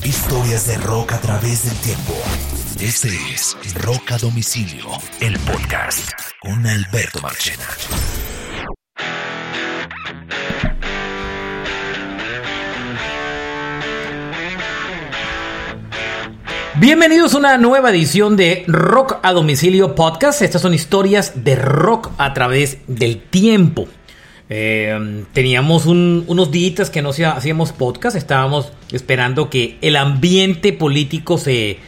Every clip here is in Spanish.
Historias de rock a través del tiempo. Este es Rock a Domicilio, el podcast con Alberto Marchena. Bienvenidos a una nueva edición de Rock a Domicilio Podcast. Estas son historias de rock a través del tiempo. Teníamos unos días que no hacíamos podcast. Estábamos esperando que el ambiente político se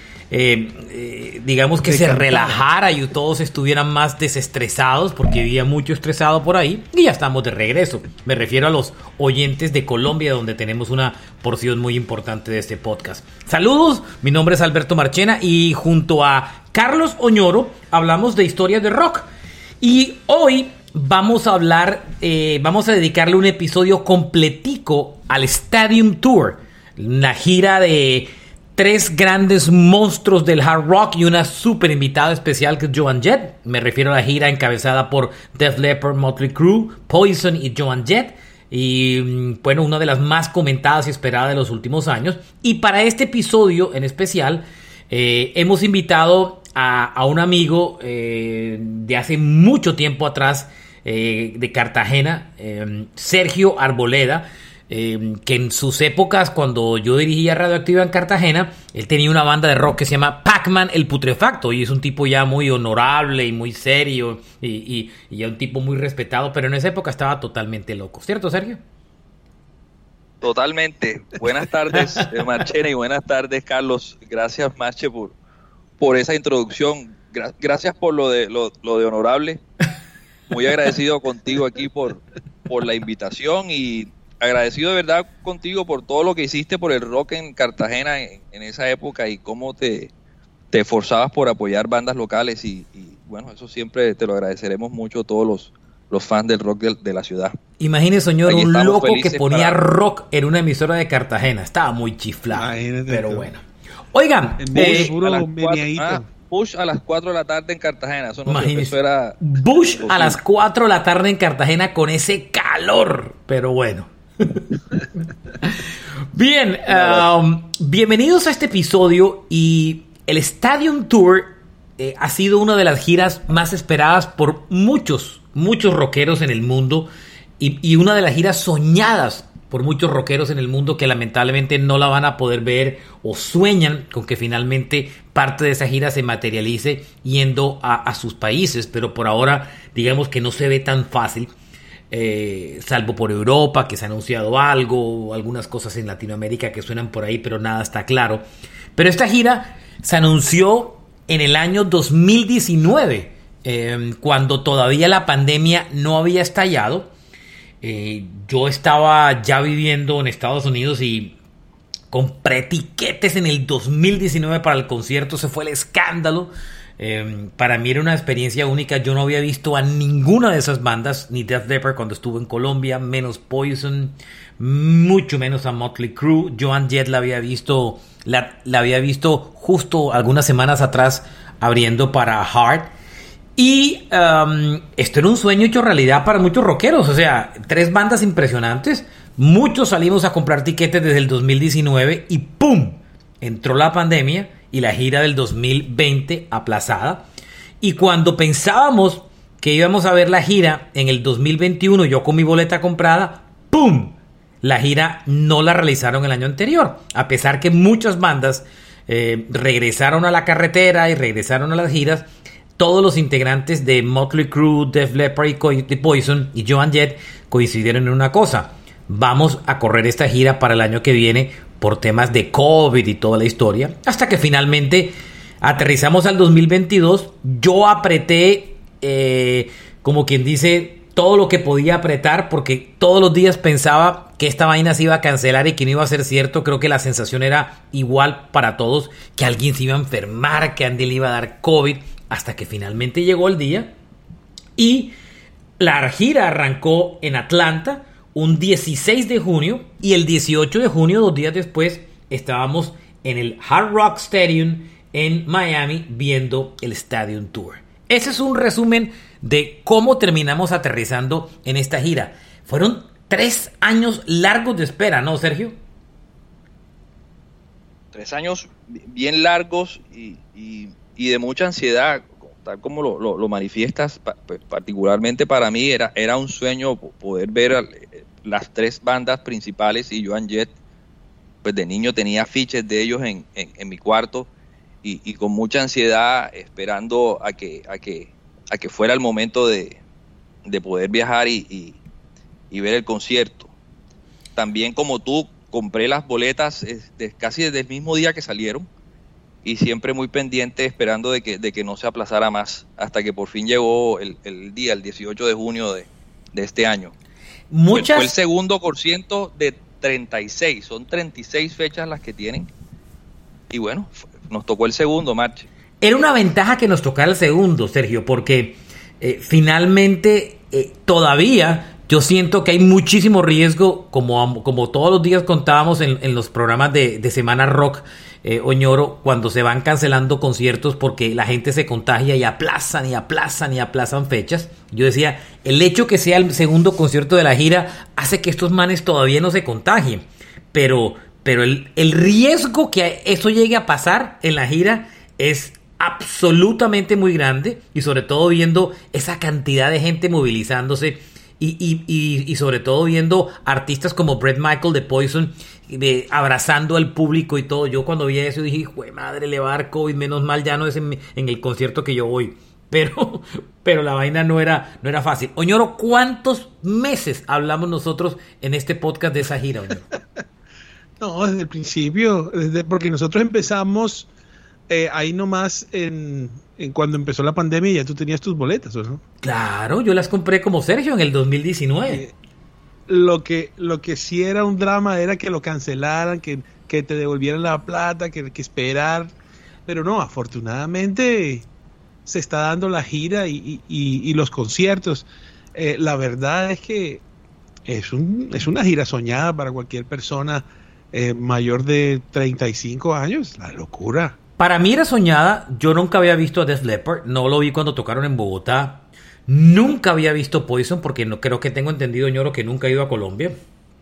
relajara y todos estuvieran más desestresados, porque había mucho estresado por ahí, y ya estamos de regreso. Me refiero a los oyentes de Colombia, donde tenemos una porción muy importante de este podcast. Saludos, mi nombre es Alberto Marchena y junto a Carlos Oñoro hablamos de historias de rock. Y hoy vamos a dedicarle un episodio completico al Stadium Tour, una gira de tres grandes monstruos del hard rock y una super invitada especial que es Joan Jett. Me refiero a la gira encabezada por Def Leppard, Motley Crue, Poison y Joan Jett. Y bueno, una de las más comentadas y esperadas de los últimos años. Y para este episodio en especial hemos invitado a un amigo de hace mucho tiempo atrás, de Cartagena, Sergio Arboleda, que en sus épocas, cuando yo dirigía Radioactiva en Cartagena, él tenía una banda de rock que se llama Pac-Man el Putrefacto, y es un tipo ya muy honorable y muy serio y ya un tipo muy respetado, pero en esa época estaba totalmente loco, ¿cierto, Sergio? Totalmente. Buenas tardes, Marchena, y buenas tardes, Carlos. Gracias, Marche, por esa introducción. Gracias por lo de honorable. Muy agradecido contigo aquí por la invitación, y agradecido de verdad contigo por todo lo que hiciste por el rock en Cartagena en esa época, y cómo te esforzabas por apoyar bandas locales, y bueno, eso siempre te lo agradeceremos mucho todos los fans del rock de la ciudad. Imagínese, señor, un loco que ponía rock en una emisora de Cartagena. Estaba muy chiflado, pero bueno. Oigan, Bush a las 4 de la tarde en Cartagena. Eso no imagínese, eso era Bush a las 4 de la tarde en Cartagena con ese calor, pero bueno. Bien, bienvenidos a este episodio. Y el Stadium Tour ha sido una de las giras más esperadas por muchos rockeros en el mundo, y una de las giras soñadas por muchos rockeros en el mundo, que lamentablemente no la van a poder ver, o sueñan con que finalmente parte de esa gira se materialice yendo a sus países, pero por ahora digamos que no se ve tan fácil. Salvo por Europa, que se ha anunciado algo, algunas cosas en Latinoamérica que suenan por ahí, pero nada está claro. Pero esta gira se anunció en el año 2019, cuando todavía la pandemia no había estallado. Yo estaba ya viviendo en Estados Unidos y compré tiquetes en el 2019 para el concierto. Ese fue el escándalo. Para mí era una experiencia única. Yo no había visto a ninguna de esas bandas, ni Def Leppard cuando estuve en Colombia, menos Poison, mucho menos a Motley Crue. Joan Jett la había visto justo algunas semanas atrás abriendo para Heart. Y esto era un sueño hecho realidad para muchos rockeros. O sea, tres bandas impresionantes. Muchos salimos a comprar tiquetes desde el 2019 y ¡pum! Entró la pandemia y la gira del 2020 aplazada. Y cuando pensábamos que íbamos a ver la gira en el 2021, yo con mi boleta comprada, ¡pum! La gira no la realizaron el año anterior. A pesar que muchas bandas regresaron a la carretera y regresaron a las giras, todos los integrantes de Motley Crue, Def Leppard y Poison y Joan Jett coincidieron en una cosa: vamos a correr esta gira para el año que viene por temas de COVID y toda la historia. Hasta que finalmente aterrizamos al 2022. Yo apreté, como quien dice, todo lo que podía apretar, porque todos los días pensaba que esta vaina se iba a cancelar y que no iba a ser cierto. Creo que la sensación era igual para todos, que alguien se iba a enfermar, que a alguien le iba a dar COVID, hasta que finalmente llegó el día y la gira arrancó en Atlanta un 16 de junio, y el 18 de junio, 2 días después, estábamos en el Hard Rock Stadium en Miami viendo el Stadium Tour. Ese es un resumen de cómo terminamos aterrizando en esta gira. Fueron 3 años largos de espera, ¿no, Sergio? 3 años bien largos y de mucha ansiedad, tal como lo manifiestas. Pues particularmente para mí era un sueño poder ver las 3 bandas principales, y Joan Jett, pues de niño tenía afiches de ellos en mi cuarto, y con mucha ansiedad esperando a que fuera el momento de poder viajar y ver el concierto. También, como tú, compré las boletas casi desde el mismo día que salieron, y siempre muy pendiente, esperando de que no se aplazara más, hasta que por fin llegó el día, el 18 de junio de este año. Fue el segundo concierto de 36, son 36 fechas las que tienen, y bueno, nos tocó el segundo, Marche. Era una ventaja que nos tocara el segundo, Sergio, porque finalmente todavía yo siento que hay muchísimo riesgo, como todos los días contábamos en los programas de Semana Rock, Oñoro, cuando se van cancelando conciertos porque la gente se contagia y aplazan fechas. Yo decía, el hecho que sea el segundo concierto de la gira hace que estos manes todavía no se contagien, pero el riesgo que eso llegue a pasar en la gira es absolutamente muy grande, y sobre todo viendo esa cantidad de gente movilizándose y sobre todo viendo artistas como Bret Michael de Poison abrazando al público y todo. Yo cuando vi eso dije, ¡jue madre, le va a dar COVID! Menos mal ya no es en el concierto que yo voy. Pero la vaina no era fácil. Oñoro, ¿cuántos meses hablamos nosotros en este podcast de esa gira, Oñoro? No, desde el principio, porque nosotros empezamos ahí nomás en cuando empezó la pandemia. Ya tú tenías tus boletas, ¿o no? Claro, yo las compré como Sergio en el 2019. Lo que sí era un drama era que lo cancelaran, que te devolvieran la plata, que esperar. Pero no, afortunadamente se está dando la gira y los conciertos. La verdad es que es una gira soñada para cualquier persona mayor de 35 años. La locura. Para mí era soñada. Yo nunca había visto a Def Leppard. No lo vi cuando tocaron en Bogotá. Nunca había visto Poison, porque no creo que tengo entendido, Ñoro, que nunca he ido a Colombia.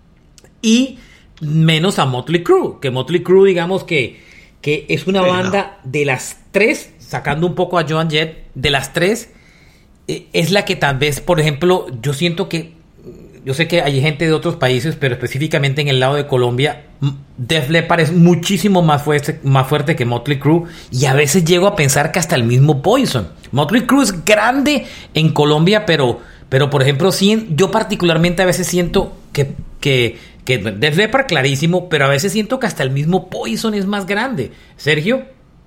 Y menos a Motley Crue, que Motley Crue, digamos que es una banda de las 3, sacando un poco a Joan Jett, de las 3, es la que tal vez, por ejemplo, yo siento que, yo sé que hay gente de otros países, pero específicamente en el lado de Colombia, Def Leppard es muchísimo más fuerte que Motley Crue, y a veces llego a pensar que hasta el mismo Poison. Motley Crue es grande en Colombia, pero por ejemplo, yo particularmente a veces siento que Def Leppard clarísimo, pero a veces siento que hasta el mismo Poison es más grande. Sergio.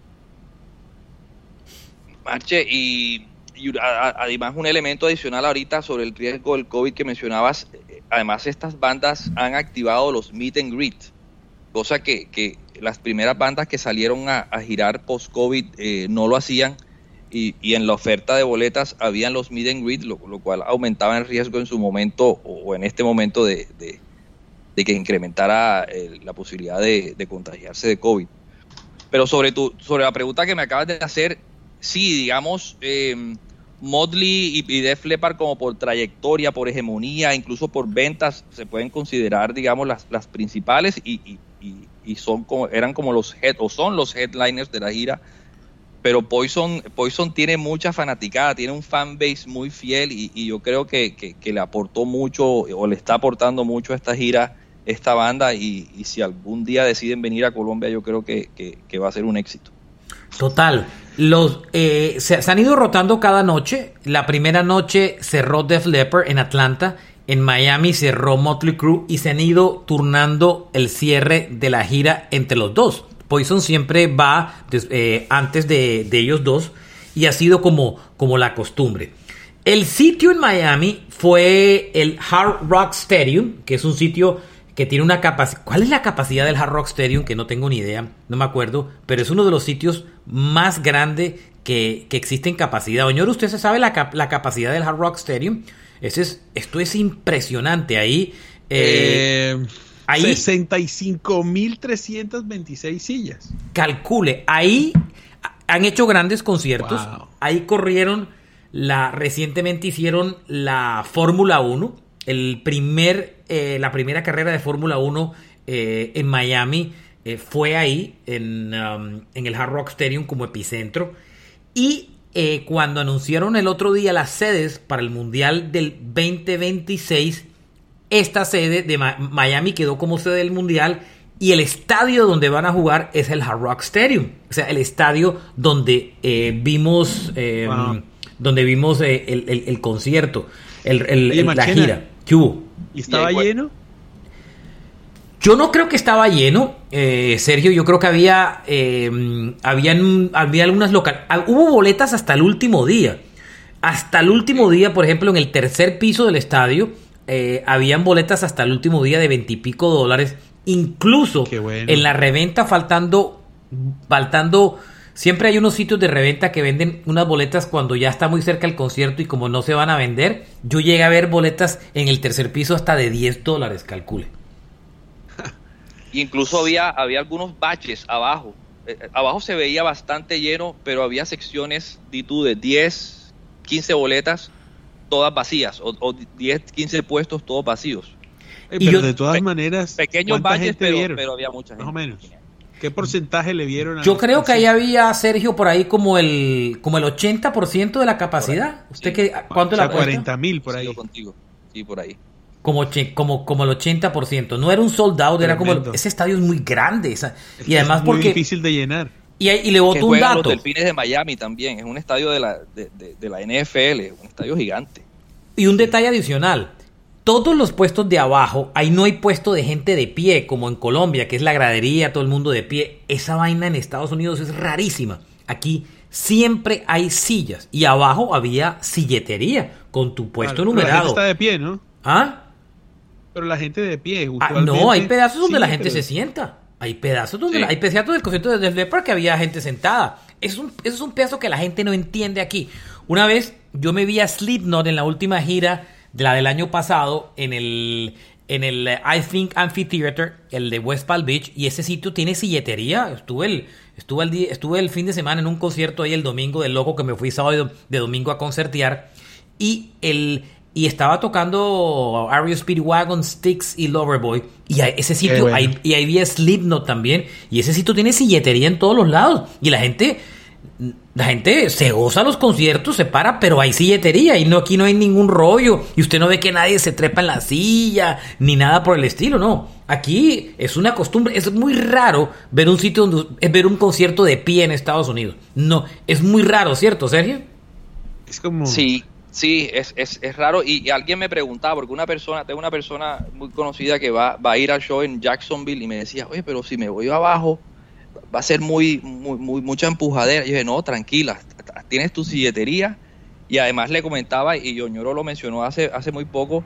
Marche, y además un elemento adicional ahorita sobre el riesgo del COVID que mencionabas. Además, estas bandas han activado los meet and greet, cosa que las primeras bandas que salieron a girar post-COVID no lo hacían, y en la oferta de boletas habían los meet and greet, lo cual aumentaba el riesgo en su momento, o en este momento, de que incrementara la posibilidad de contagiarse de COVID. Pero sobre la pregunta que me acabas de hacer, sí, digamos, Motley y Def Leppard, como por trayectoria, por hegemonía, incluso por ventas, se pueden considerar, digamos, las principales, y eran como son los headliners de la gira. Pero Poison tiene mucha fanaticada, tiene un fanbase muy fiel, y yo creo que le aportó mucho, o le está aportando mucho a esta gira, esta banda, y si algún día deciden venir a Colombia, yo creo que va a ser un éxito. Total. Se han ido rotando cada noche. La primera noche cerró Def Leppard en Atlanta. En Miami cerró Motley Crue, y se han ido turnando el cierre de la gira entre los dos. Poison siempre va antes de ellos dos, y ha sido como la costumbre. El sitio en Miami fue el Hard Rock Stadium, que es un sitio que tiene una capacidad. ¿Cuál es la capacidad del Hard Rock Stadium? Que no tengo ni idea, no me acuerdo, pero es uno de los sitios más grandes que existe en capacidad. Oñoro, ¿usted se sabe la capacidad del Hard Rock Stadium? Esto es impresionante. Ahí 65.326 sillas. Calcule, ahí han hecho grandes conciertos. Wow. Ahí recientemente hicieron la Fórmula 1, la primera carrera de Fórmula 1 en Miami, fue ahí en el Hard Rock Stadium como epicentro. Y cuando anunciaron el otro día las sedes para el Mundial del 2026, esta sede de Miami quedó como sede del Mundial y el estadio donde van a jugar es el Hard Rock Stadium. O sea, el estadio donde vimos el concierto, la gira. ¿Qué hubo? ¿Y estaba lleno? Yo no creo que estaba lleno, Sergio. Yo creo que había algunas hubo boletas hasta el último día. Hasta el último día, por ejemplo, en el tercer piso del estadio, habían boletas hasta el último día de $20 y pico. Incluso bueno, en la reventa faltando, siempre hay unos sitios de reventa que venden unas boletas cuando ya está muy cerca el concierto y como no se van a vender. Yo llegué a ver boletas en el tercer piso hasta de $10, calcule. Incluso había algunos baches abajo. Abajo se veía bastante lleno, pero había secciones de 10, 15 boletas, todas vacías, o 10, 15 puestos, todos vacíos. Pero de todas maneras, pequeños baches, pero había mucha gente. Más o menos. ¿Qué porcentaje le vieron? Yo creo que ahí había, Sergio, por ahí como el 80% de la capacidad. ¿Usted qué? ¿Cuánto la apuesta? 40,000 por ahí. Contigo. Sí, por ahí. Como el 80%. No era un sold out, era como... Ese estadio es muy grande. Y además muy difícil de llenar. Y le boto un dato. Los Delfines de Miami también. Es un estadio de la NFL. Un estadio gigante. Y un detalle adicional. Todos los puestos de abajo, ahí no hay puesto de gente de pie, como en Colombia, que es la gradería, todo el mundo de pie. Esa vaina en Estados Unidos es rarísima. Aquí siempre hay sillas. Y abajo había silletería con tu puesto numerado. La gente está de pie, ¿no? ¿Ah? Pero la gente de pie. No, hay pedazos donde la gente se sienta. Hay pedazos donde hay pedazos del concierto de Def Leppard que había gente sentada. Eso es un pedazo que la gente no entiende aquí. Una vez yo me vi a Slipknot en la última gira de la del año pasado en el I Think Amphitheater, el de West Palm Beach, y ese sitio tiene silletería. Estuve el fin de semana en un concierto ahí el domingo del loco que me fui sábado de domingo a concertear y estaba tocando REO Speedwagon, Styx y Loverboy. Y ese sitio, bueno. ahí había Slipknot también. Y ese sitio tiene silletería en todos los lados. Y la gente se goza los conciertos, se para, pero hay silletería. Y aquí no hay ningún rollo. Y usted no ve que nadie se trepa en la silla, ni nada por el estilo, no. Aquí es una costumbre. Es muy raro ver un sitio ver un concierto de pie en Estados Unidos. No, es muy raro, ¿cierto, Sergio? Es como... Sí, es raro y alguien me preguntaba, porque tengo una persona muy conocida que va a ir al show en Jacksonville y me decía, oye, pero si me voy abajo va a ser mucha empujadera. Y yo dije, no, tranquila, tienes tu silletería. Y además le comentaba, y Yoñoro lo mencionó hace muy poco,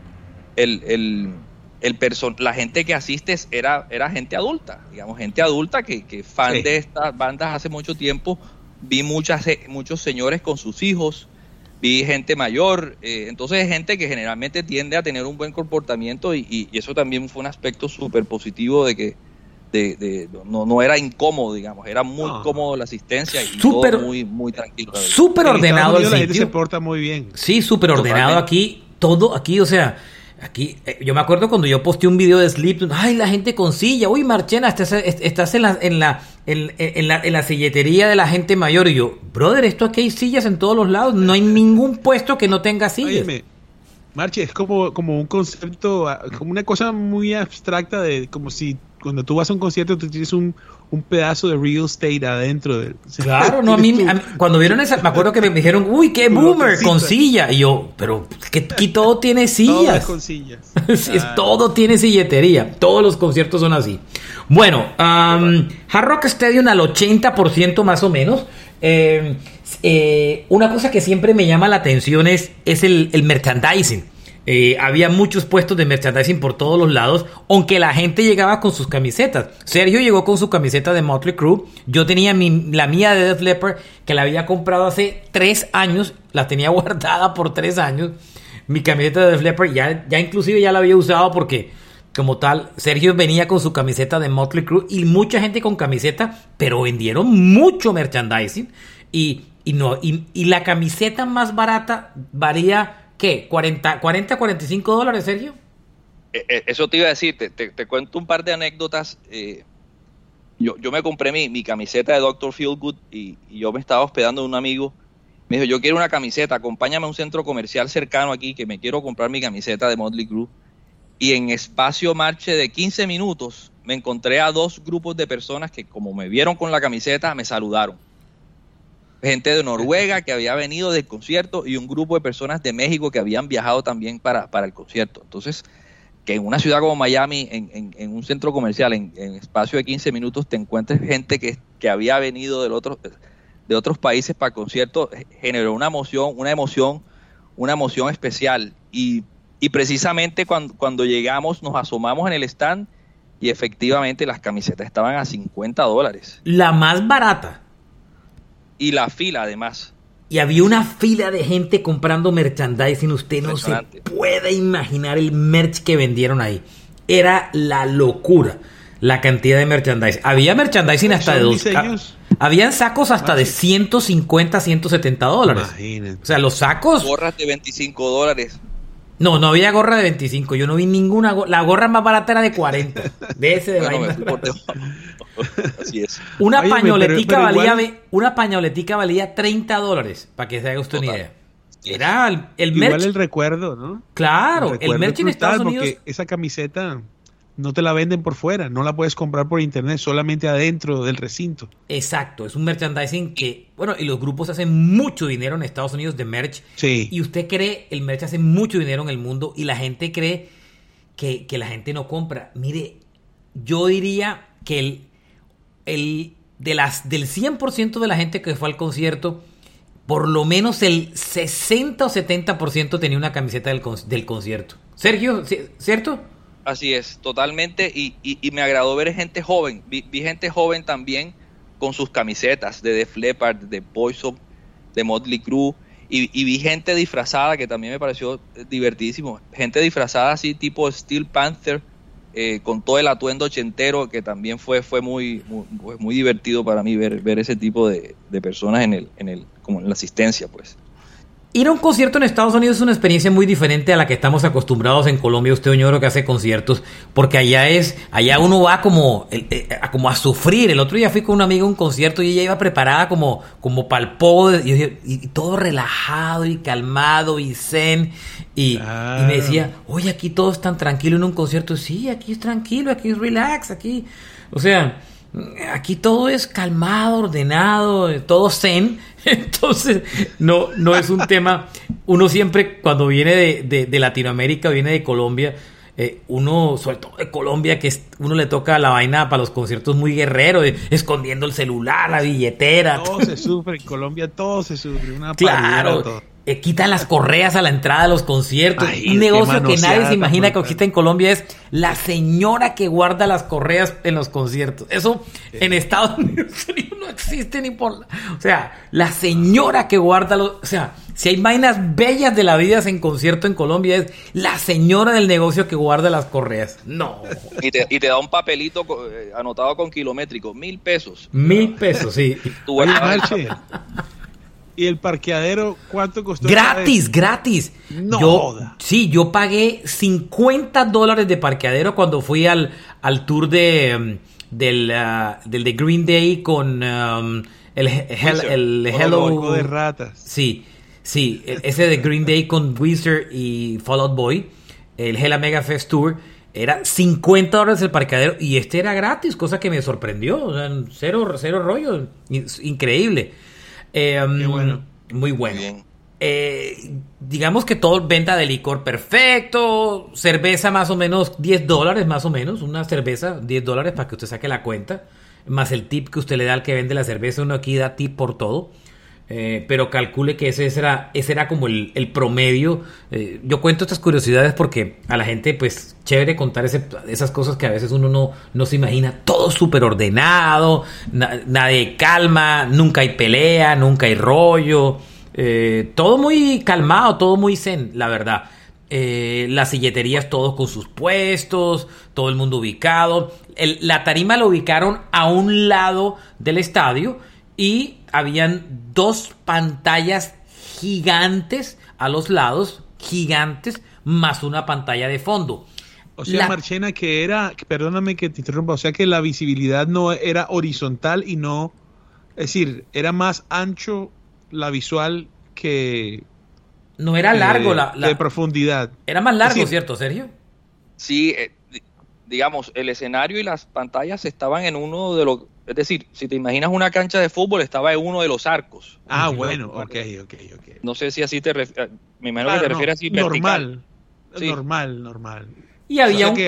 la gente que asistes era gente adulta, digamos, gente adulta que fan de estas bandas hace mucho tiempo. Vi muchos señores con sus hijos, vi gente mayor, entonces gente que generalmente tiende a tener un buen comportamiento y eso también fue un aspecto súper positivo de que no era incómodo, digamos, era muy cómodo la asistencia y todo muy tranquilo. Súper ordenado el sitio. La gente se porta muy bien. Sí, súper ordenado aquí, todo aquí, o sea... Aquí, yo me acuerdo cuando yo posteé un video de Sleep, ay, la gente con silla, uy, Marchena, estás en la silletería de la gente mayor, y yo, brother, esto aquí hay sillas en todos los lados, no hay ningún puesto que no tenga sillas. Óyeme, Marche, es como un concepto, como una cosa muy abstracta de, como si cuando tú vas a un concierto tú tienes un pedazo de real estate adentro de... Claro, no, a mí cuando vieron esa, me acuerdo que me dijeron, uy, qué boomer, con silla. Y yo, pero que aquí todo tiene sillas. Todo es con sillas. Sí, todo tiene silletería. Todos los conciertos son así. Bueno, Hard Rock Stadium al 80% más o menos. Una cosa que siempre me llama la atención es el merchandising. Había muchos puestos de merchandising por todos los lados, aunque la gente llegaba con sus camisetas. Sergio llegó con su camiseta de Motley Crue. Yo tenía la mía de Def Leppard, que la había comprado hace 3 años. La tenía guardada por 3 años. Mi camiseta de Def Leppard ya inclusive ya la había usado porque, como tal, Sergio venía con su camiseta de Motley Crue y mucha gente con camiseta, pero vendieron mucho merchandising. Y la camiseta más barata varía... ¿Qué? ¿40, $45, Sergio? Eso te iba a decir, te cuento un par de anécdotas. yo me compré mi camiseta de Dr. Feelgood y yo me estaba hospedando en un amigo. Me dijo, yo quiero una camiseta, acompáñame a un centro comercial cercano aquí que me quiero comprar mi camiseta de Motley Crue. Y en espacio marche de 15 minutos me encontré a 2 grupos de personas que, como me vieron con la camiseta, me saludaron. Gente de Noruega que había venido del concierto y un grupo de personas de México que habían viajado también para el concierto. Entonces, que en una ciudad como Miami, en un centro comercial, en espacio de 15 minutos, te encuentres gente que había venido de otros países para el concierto, generó una emoción especial. Y precisamente cuando llegamos, nos asomamos en el stand y efectivamente las camisetas estaban a $50. La más barata. Y la fila, además. Y había una fila de gente comprando merchandising. Usted no se puede imaginar el merch que vendieron ahí. Era la locura la cantidad de merchandising. Había merchandising hasta de $2. Habían sacos hasta de $150, $170. Imagínate. O sea, los sacos... Gorras de $25. No había gorra de 25. Yo no vi ninguna la gorra más barata era de 40. De ese de vaina. Así es. Una pañoletica valía $30, para que se haga usted una idea. Era el merch. Igual el recuerdo, ¿no? Claro, el merch en Estados Unidos. Porque esa camiseta no te la venden por fuera, no la puedes comprar por internet, solamente adentro del recinto. Exacto, es un merchandising que, bueno, y los grupos hacen mucho dinero en Estados Unidos de merch. Sí. Y usted cree, el merch hace mucho dinero en el mundo y la gente cree que la gente no compra. Mire, yo diría que del 100% de la gente que fue al concierto, por lo menos el 60 o 70% tenía una camiseta del concierto. Sergio, ¿cierto? Así es, totalmente, y me agradó ver gente joven, vi gente joven también con sus camisetas de Def Leppard, de Poison, de Motley Crue, y vi gente disfrazada que también me pareció divertidísimo, gente disfrazada así tipo Steel Panther, con todo el atuendo ochentero, que también fue muy divertido para mí ver ese tipo de personas como en la asistencia, pues. Ir a un concierto en Estados Unidos es una experiencia muy diferente a la que estamos acostumbrados en Colombia. Usted, Oñoro, que hace conciertos, porque allá uno va como a sufrir. El otro día fui con una amiga a un concierto y ella iba preparada como para el pogo, y todo relajado y calmado y zen. Y me decía, oye, aquí todo es tan tranquilo en un concierto. Sí, aquí es tranquilo, aquí es relax, aquí. O sea, aquí todo es calmado, ordenado, todo zen. Entonces, no es un tema. Uno siempre, cuando viene de Latinoamérica, viene de Colombia, uno, sobre todo de Colombia, uno le toca la vaina para los conciertos muy guerrero, escondiendo el celular, la billetera. Todo se sufre, en Colombia todo se sufre. Claro, quitan las correas a la entrada de los conciertos. Un negocio que nadie se imagina que existe en Colombia es la señora que guarda las correas en los conciertos. Eso en Estados Unidos no existe ni por... O sea, la señora que guarda los... O sea, si hay vainas bellas de la vida en concierto en Colombia, es la señora del negocio que guarda las correas. No. Y te da un papelito anotado con kilométrico, $1,000. $1,000, sí. Oye, Marche, ¿y el parqueadero cuánto costó? Gratis. No. Yo pagué $50 de parqueadero cuando fui al tour del de Green Day con el Hello de ratas. Sí, ese de Green Day con Weezer y Fall Out Boy, el Hella Mega Fest Tour. Era $50 el parqueadero y este era gratis, cosa que me sorprendió. O sea, cero rollo, increíble. Bueno. Muy bueno. Digamos que todo, venta de licor perfecto, cerveza más o menos $10 más o menos, una cerveza $10 para que usted saque la cuenta, más el tip que usted le da al que vende la cerveza. Uno aquí da tip por todo, pero calcule que ese era como el promedio. Yo cuento estas curiosidades porque a la gente pues chévere contar esas cosas que a veces uno no se imagina. Todo súper ordenado, nadie calma, nunca hay pelea, nunca hay rollo, todo muy calmado, todo muy zen, la verdad. Las silleterías todos con sus puestos, todo el mundo ubicado. La tarima la ubicaron a un lado del estadio y habían 2 pantallas gigantes a los lados, gigantes, más una pantalla de fondo. O sea, Marchena, perdóname que te interrumpa, o sea que la visibilidad no era horizontal y no, es decir, era más ancho la visual que... No era largo de profundidad. Era más largo, ¿cierto, Sergio? Sí, digamos, el escenario y las pantallas estaban en uno de los... Es decir, si te imaginas una cancha de fútbol, estaba en uno de los arcos. Ah, bueno, ok. No sé si así te refieres, me imagino que te refieres así vertical. Normal. Y había un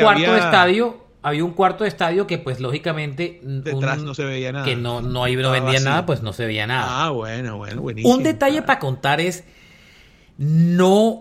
cuarto de estadio que pues lógicamente detrás no se veía nada. Que no vendía nada, pues no se veía nada. Ah, bueno, buenísimo. Un detalle para contar es no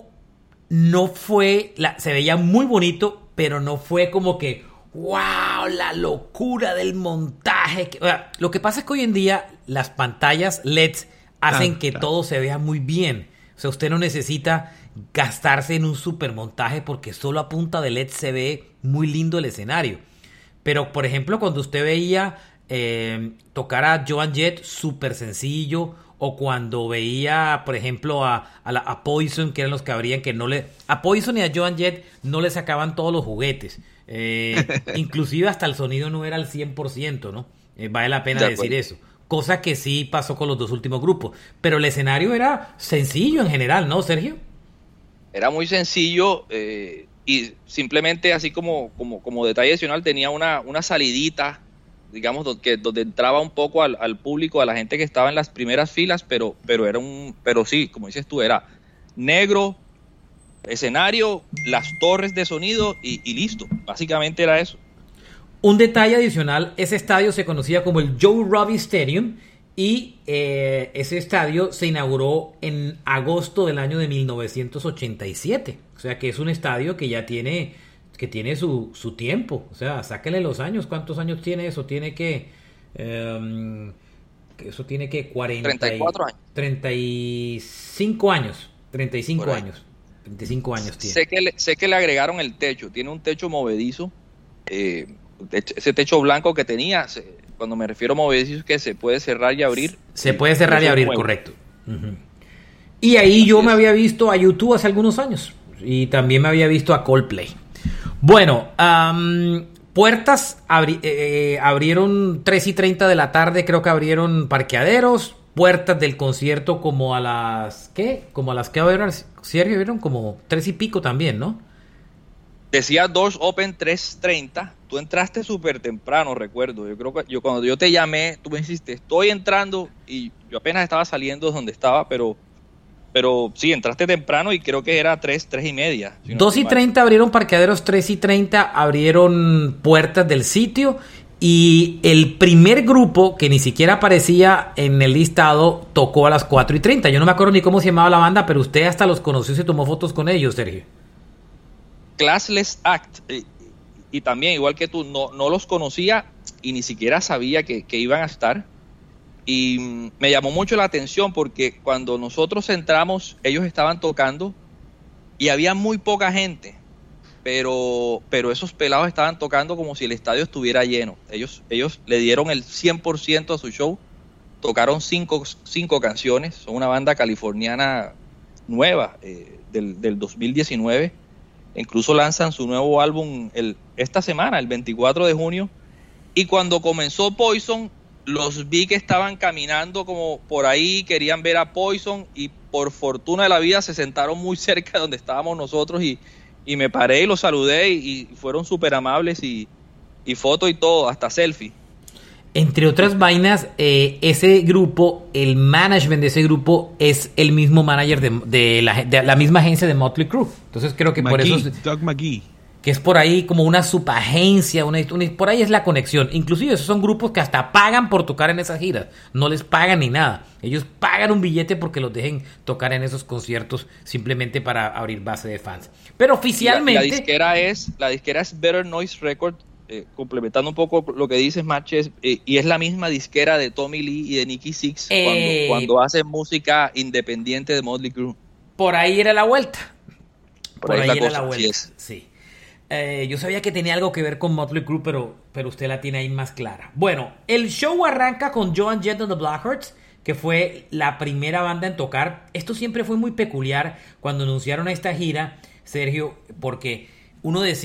fue se veía muy bonito, pero no fue como que wow, la locura del montaje. O sea, lo que pasa es que hoy en día las pantallas LEDs hacen que todo se vea muy bien. O sea, usted no necesita gastarse en un supermontaje porque solo a punta de LED se ve muy lindo el escenario. Pero, por ejemplo, cuando usted veía tocar a Joan Jett, súper sencillo, o cuando veía, por ejemplo, a Poison, que eran los que abrían, a Poison y a Joan Jett no le sacaban todos los juguetes. Inclusive hasta el sonido no era al 100%, ¿no? Vale la pena decir eso. Cosa que sí pasó con los dos últimos grupos. Pero el escenario era sencillo en general, ¿no, Sergio? Era muy sencillo y simplemente así como detalle adicional tenía una salidita, digamos, donde entraba un poco al público, a la gente que estaba en las primeras filas, pero sí, como dices tú, era negro, escenario, las torres de sonido y listo. Básicamente era eso. Un detalle adicional, ese estadio se conocía como el Joe Robbie Stadium y ese estadio se inauguró en agosto del año de 1987. O sea que es un estadio que ya tiene su tiempo. O sea, sáquenle los años. ¿Cuántos años tiene eso? Tiene que... eso tiene que 34 años. 35 años. 35 años. 35 años tiene. Sé que le agregaron el techo. Tiene un techo movedizo. Ese techo blanco que tenía, cuando me refiero a movedizo, es que se puede cerrar y abrir. Se puede cerrar y abrir, correcto. Uh-huh. Y ahí yo me había visto a YouTube hace algunos años. Y también me había visto a Coldplay. Bueno, puertas abrieron 3:30 de la tarde, creo que abrieron parqueaderos. Puertas del concierto como a las... ¿Qué? Como a las que abrieron, Sergio, vieron como 3 y pico también, ¿no? Decía Doors Open 3:30. Tú entraste súper temprano, recuerdo. Yo creo que cuando yo te llamé, tú me dijiste, estoy entrando, y yo apenas estaba saliendo de donde estaba, pero sí, entraste temprano y creo que era 3:30. Si 2:30 abrieron parqueaderos, 3:30 abrieron puertas del sitio, y el primer grupo, que ni siquiera aparecía en el listado, tocó a las 4:30. Yo no me acuerdo ni cómo se llamaba la banda, pero usted hasta los conoció y se tomó fotos con ellos, Sergio. Classless Act, y también, igual que tú, no los conocía y ni siquiera sabía que iban a estar. Y me llamó mucho la atención porque cuando nosotros entramos, ellos estaban tocando y había muy poca gente, pero esos pelados estaban tocando como si el estadio estuviera lleno. Ellos le dieron el 100% a su show, tocaron cinco canciones, son una banda californiana nueva, del 2019. Incluso lanzan su nuevo álbum esta semana, el 24 de junio. Y cuando comenzó Poison, los vi que estaban caminando como por ahí, querían ver a Poison, y por fortuna de la vida se sentaron muy cerca de donde estábamos nosotros, y me paré y los saludé, y fueron súper amables, y foto y todo, hasta selfie. Entre otras vainas, ese grupo, el management de ese grupo es el mismo manager de la misma agencia de Motley Crue. Entonces creo que por eso... Doug McGee. Que es por ahí como una subagencia, por ahí es la conexión. Inclusive esos son grupos que hasta pagan por tocar en esas giras. No les pagan ni nada. Ellos pagan un billete porque los dejen tocar en esos conciertos simplemente para abrir base de fans. Pero oficialmente... La disquera es Better Noise Records. Complementando un poco lo que dices, Marches, y es la misma disquera de Tommy Lee y de Nicky Six cuando hacen música independiente de Motley Crue. Por ahí era la vuelta. Por ahí era la vuelta. Sí. Yo sabía que tenía algo que ver con Motley Crue, pero usted la tiene ahí más clara. Bueno, el show arranca con Joan Jett and the Blackhearts, que fue la primera banda en tocar. Esto siempre fue muy peculiar cuando anunciaron esta gira, Sergio, porque uno decía...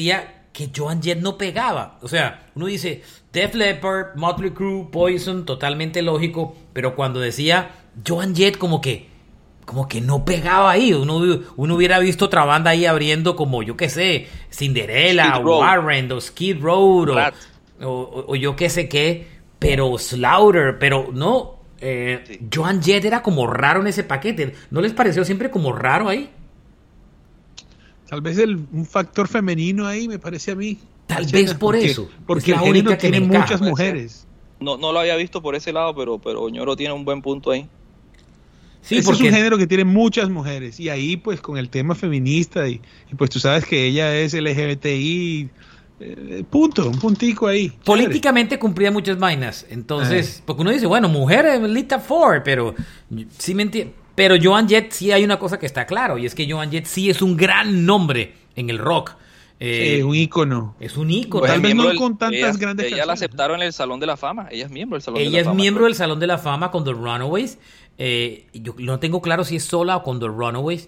que Joan Jett no pegaba. O sea, uno dice Def Leppard, Motley Crue, Poison, totalmente lógico, pero cuando decía Joan Jett como que no pegaba ahí. Uno hubiera visto otra banda ahí abriendo como, yo qué sé, Cinderella, Warren, o Skid Row, o yo qué sé qué, pero Slaughter, pero no. Sí. Joan Jett era como raro en ese paquete. ¿No les pareció siempre como raro ahí? Tal vez un factor femenino ahí, me parece a mí. Tal vez por eso. Porque el género tiene muchas mujeres. No lo había visto por ese lado, pero Ñoro tiene un buen punto ahí. Sí, porque es un género que tiene muchas mujeres. Y ahí, pues, con el tema feminista, y pues tú sabes que ella es LGBTI, un puntico ahí. Políticamente cumplía muchas vainas. Entonces, porque uno dice, bueno, mujer, Lita Ford, pero sí me entiende. Pero Joan Jett sí hay una cosa que está claro, y es que Joan Jett sí es un gran nombre en el rock. Un ícono. Es un ícono. Pues tal vez no con tantas grandes canciones. Ella la aceptaron en el Salón de la Fama. Ella es miembro del Salón de la Fama. Ella es miembro del Salón de la Fama con The Runaways. Yo no tengo claro si es sola o con The Runaways.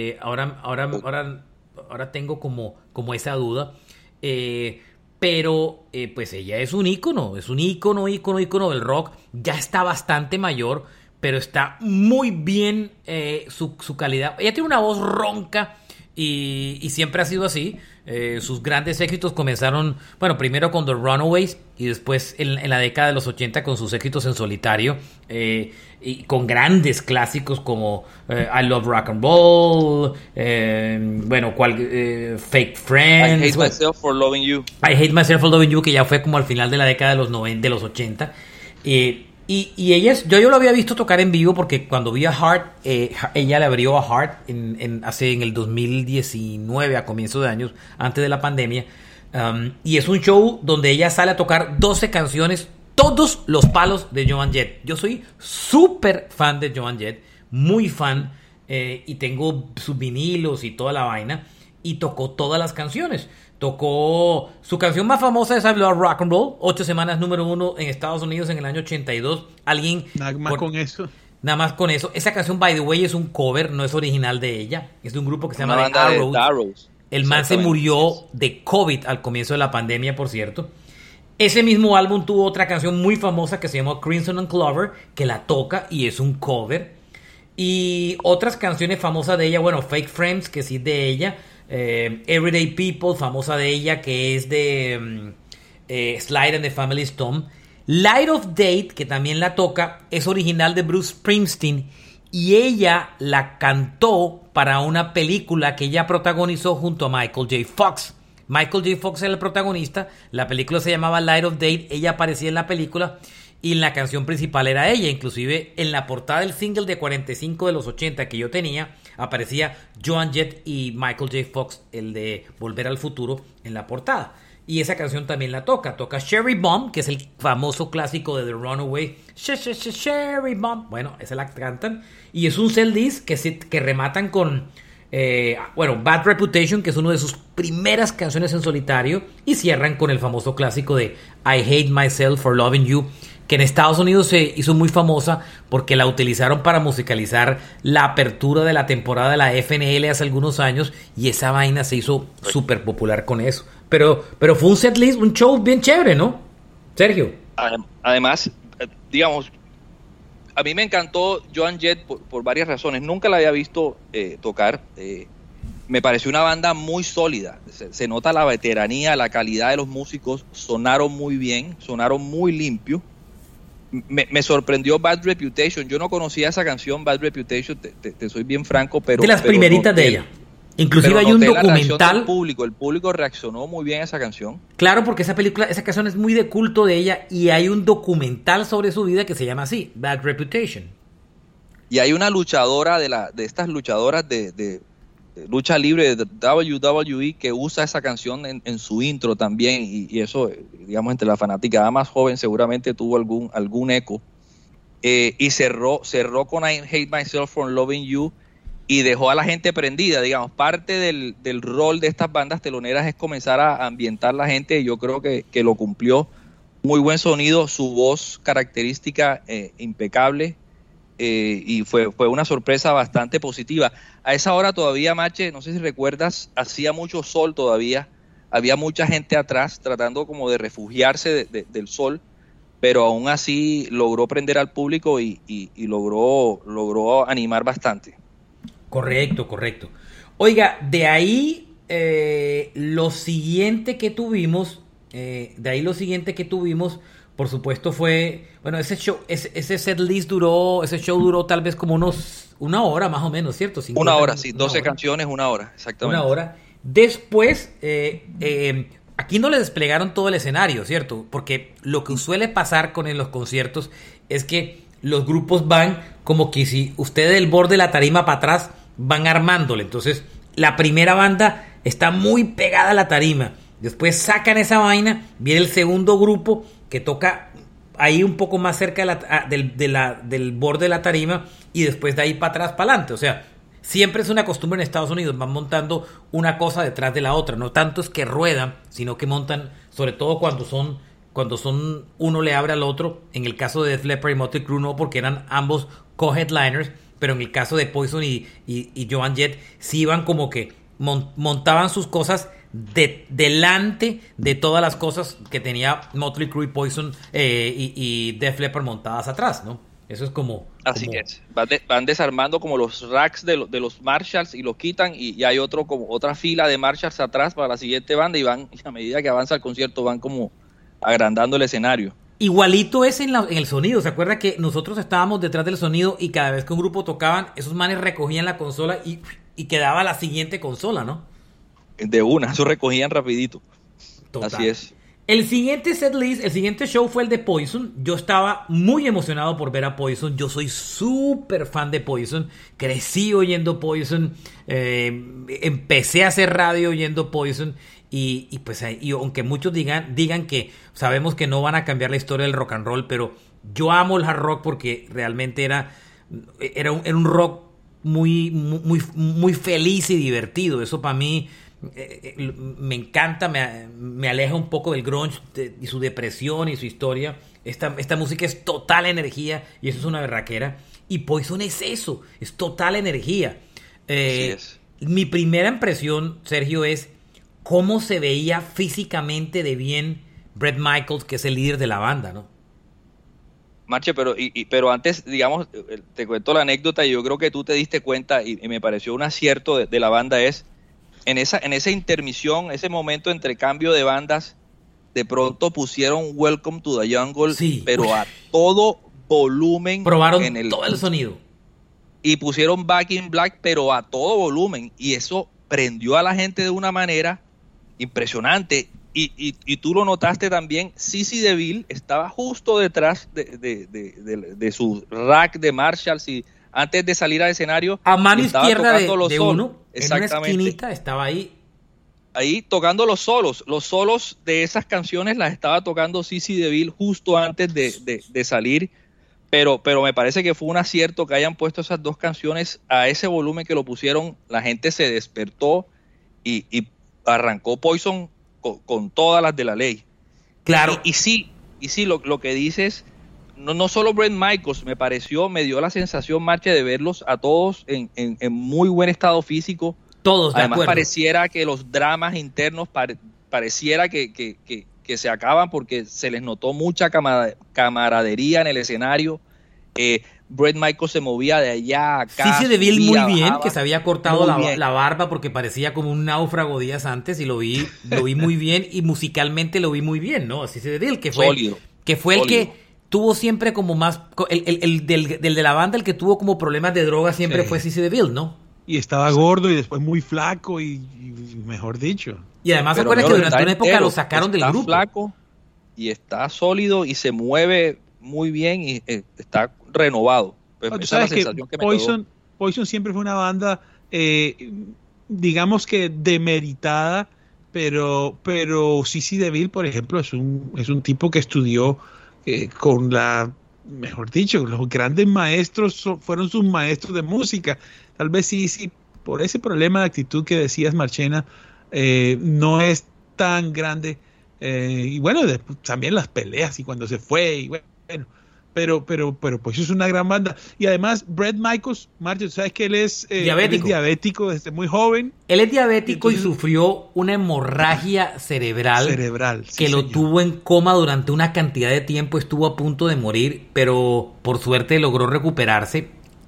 Ahora tengo como esa duda. Pero pues ella es un ícono del rock. Ya está bastante mayor, pero está muy bien su calidad. Ella tiene una voz ronca y siempre ha sido así. Sus grandes éxitos comenzaron, bueno, primero con The Runaways y después en la década de los 80 con sus éxitos en solitario, y con grandes clásicos como I Love Rock and Roll, Fake Friends, I Hate Myself for Loving You. I Hate Myself for Loving You, que ya fue como al final de la década de los 90, de los 80. Y ella yo lo había visto tocar en vivo porque cuando vi a Heart, ella le abrió a Heart en el 2019, a comienzos de años, antes de la pandemia. Y es un show donde ella sale a tocar 12 canciones, todos los palos de Joan Jett. Yo soy súper fan de Joan Jett, muy fan, y tengo sus vinilos y toda la vaina. Y tocó todas las canciones. Tocó su canción más famosa es I Love Rock and Roll, 8 semanas número 1 en Estados Unidos en el año 82. Nada más con eso. Esa canción, by the way, es un cover, no es original de ella. Es de un grupo que se llama The Arrows. El man se murió de COVID al comienzo de la pandemia, por cierto. Ese mismo álbum tuvo otra canción muy famosa que se llamó Crimson and Clover, que la toca y es un cover. Y otras canciones famosas de ella, bueno, Fake Friends, que sí es de ella. Everyday People, famosa de ella, que es de Slide and the Family Stone. Light of Day, que también la toca, es original de Bruce Springsteen y ella la cantó para una película que ella protagonizó junto a Michael J. Fox. Michael J. Fox era el protagonista, la película se llamaba Light of Day, ella aparecía en la película y la canción principal era ella. Inclusive en la portada del single de 45 de los 80 que yo tenía, aparecía Joan Jett y Michael J. Fox, el de Volver al Futuro, en la portada. Y esa canción también la toca Cherry Bomb, que es el famoso clásico de The Runaway. Cherry Bomb. Bueno, esa la cantan. Y es un cell disc que rematan con Bad Reputation, que es una de sus primeras canciones en solitario. Y cierran con el famoso clásico de I Hate Myself for Loving You, que en Estados Unidos se hizo muy famosa porque la utilizaron para musicalizar la apertura de la temporada de la FNL hace algunos años, y esa vaina se hizo súper popular con eso. Pero fue un setlist, un show bien chévere, ¿no, Sergio? Además, digamos, a mí me encantó Joan Jett por varias razones. Nunca la había visto tocar. Me pareció una banda muy sólida. Se nota la veteranía, la calidad de los músicos. Sonaron muy bien, sonaron muy limpio. Me sorprendió Bad Reputation. Yo no conocía esa canción, Bad Reputation, te soy bien franco, pero... De las primeritas de ella. Inclusive hay un documental. El público reaccionó muy bien a esa canción. Claro, porque esa canción es muy de culto de ella, y hay un documental sobre su vida que se llama así, Bad Reputation. Y hay una luchadora de estas luchadoras de lucha libre de WWE que usa esa canción en su intro también, y eso, digamos, entre la fanaticada más joven seguramente tuvo algún eco. Y cerró con I Hate Myself for Loving You, y dejó a la gente prendida. Digamos, parte del rol de estas bandas teloneras es comenzar a ambientar la gente, y yo creo que lo cumplió. Muy buen sonido, su voz característica impecable, y fue una sorpresa bastante positiva. A esa hora todavía, Mache, no sé si recuerdas, hacía mucho sol todavía, había mucha gente atrás tratando como de refugiarse del sol, pero aún así logró prender al público y logró animar bastante. Correcto. Oiga, de ahí lo siguiente que tuvimos, por supuesto fue, bueno, ese show duró tal vez como una hora más o menos, ¿cierto? 1 hora, sí, 12 canciones, 1 hora, exactamente. 1 hora. Después, aquí no le desplegaron todo el escenario, ¿cierto? Porque lo que suele pasar con los conciertos es que los grupos van como que si usted del borde de la tarima para atrás van armándole. Entonces, la primera banda está muy pegada a la tarima. Después sacan esa vaina, viene el segundo grupo que toca ahí un poco más cerca del borde de la tarima y después de ahí para atrás, para adelante. O sea, siempre es una costumbre en Estados Unidos, van montando una cosa detrás de la otra. No tanto es que ruedan, sino que montan, sobre todo cuando son uno le abre al otro. En el caso de Def Leppard y Motley Crue no, porque eran ambos co-headliners, pero en el caso de Poison y Joan Jett sí iban como que montaban sus cosas delante de todas las cosas que tenía Motley Crue y Poison y Def Leppard montadas atrás, ¿no? Eso es como... Así es. Van desarmando como los racks de los Marshalls y los quitan y hay otra fila de Marshalls atrás para la siguiente banda y a medida que avanza el concierto van como agrandando el escenario. Igualito es en el sonido. ¿Se acuerda que nosotros estábamos detrás del sonido y cada vez que un grupo tocaban, esos manes recogían la consola y quedaba la siguiente consola, ¿no? De una, eso recogían rapidito. Total. Así es. El siguiente setlist, el siguiente show fue el de Poison. Yo estaba muy emocionado por ver a Poison. Yo soy súper fan de Poison. Crecí oyendo Poison. Empecé a hacer radio oyendo Poison. Y pues aunque muchos digan que sabemos que no van a cambiar la historia del rock and roll, pero yo amo el hard rock porque realmente era un rock muy feliz y divertido. Eso para mí me encanta, me aleja un poco del grunge y su depresión y su historia. Esta música es total energía y eso es una berraquera. Y Poison es eso, es total energía. Mi primera impresión, Sergio, es cómo se veía físicamente de bien Bret Michaels, que es el líder de la banda, ¿no? Marche, pero antes, digamos, te cuento la anécdota y yo creo que tú te diste cuenta y me pareció un acierto de la banda es en esa intermisión, ese momento entre cambio de bandas, de pronto pusieron Welcome to the Jungle, sí, pero a todo volumen. Probaron todo el sonido. Y pusieron Back in Black, pero a todo volumen. Y eso prendió a la gente de una manera impresionante. Y tú lo notaste también, Sissy DeVille estaba justo detrás de su rack de Marshalls y antes de salir al escenario a mano izquierda de uno, en una Exactamente. esquinita estaba ahí tocando los solos de esas canciones las estaba tocando Sissy DeVille justo antes de salir, pero me parece que fue un acierto que hayan puesto esas dos canciones a ese volumen que lo pusieron. La gente se despertó y arrancó Poison con todas las de la ley. Claro. Y sí, lo que dices, no solo Bret Michaels, me dio la sensación, Marche, de verlos a todos en muy buen estado físico. Todos, de Además, acuerdo. pareciera que los dramas internos pareciera que se acaban porque se les notó mucha camaradería en el escenario. Bret Michaels se movía de allá a acá. Sissy DeVille muy bien, bajaba, que se había cortado la barba porque parecía como un náufrago días antes y lo vi muy bien y musicalmente lo vi muy bien, ¿no? Sissy DeVille, que fue sólido. El que tuvo siempre como más, el de la banda, el que tuvo como problemas de droga siempre fue Sissy DeVille, ¿no? Y estaba gordo y después muy flaco y mejor dicho. Y además se acuerda que durante una época lo sacaron del grupo. Está flaco y está sólido y se mueve muy bien y está renovado. Pues tú sabes que Poison siempre fue una banda, digamos que demeritada, pero Sissy DeVille, por ejemplo, es un tipo que estudió con mejor dicho, los grandes maestros fueron sus maestros de música. Tal vez sí, por ese problema de actitud que decías, Marchena, no es tan grande. Y bueno, también las peleas y cuando se fue, y bueno, Pero pues es una gran banda. Y además, Bret Michaels, Marcio, ¿sabes que él es diabético desde muy joven? Él es diabético y sufrió una hemorragia cerebral sí, que lo señor. tuvo en coma durante una cantidad de tiempo. Estuvo a punto de morir, pero por suerte logró recuperarse.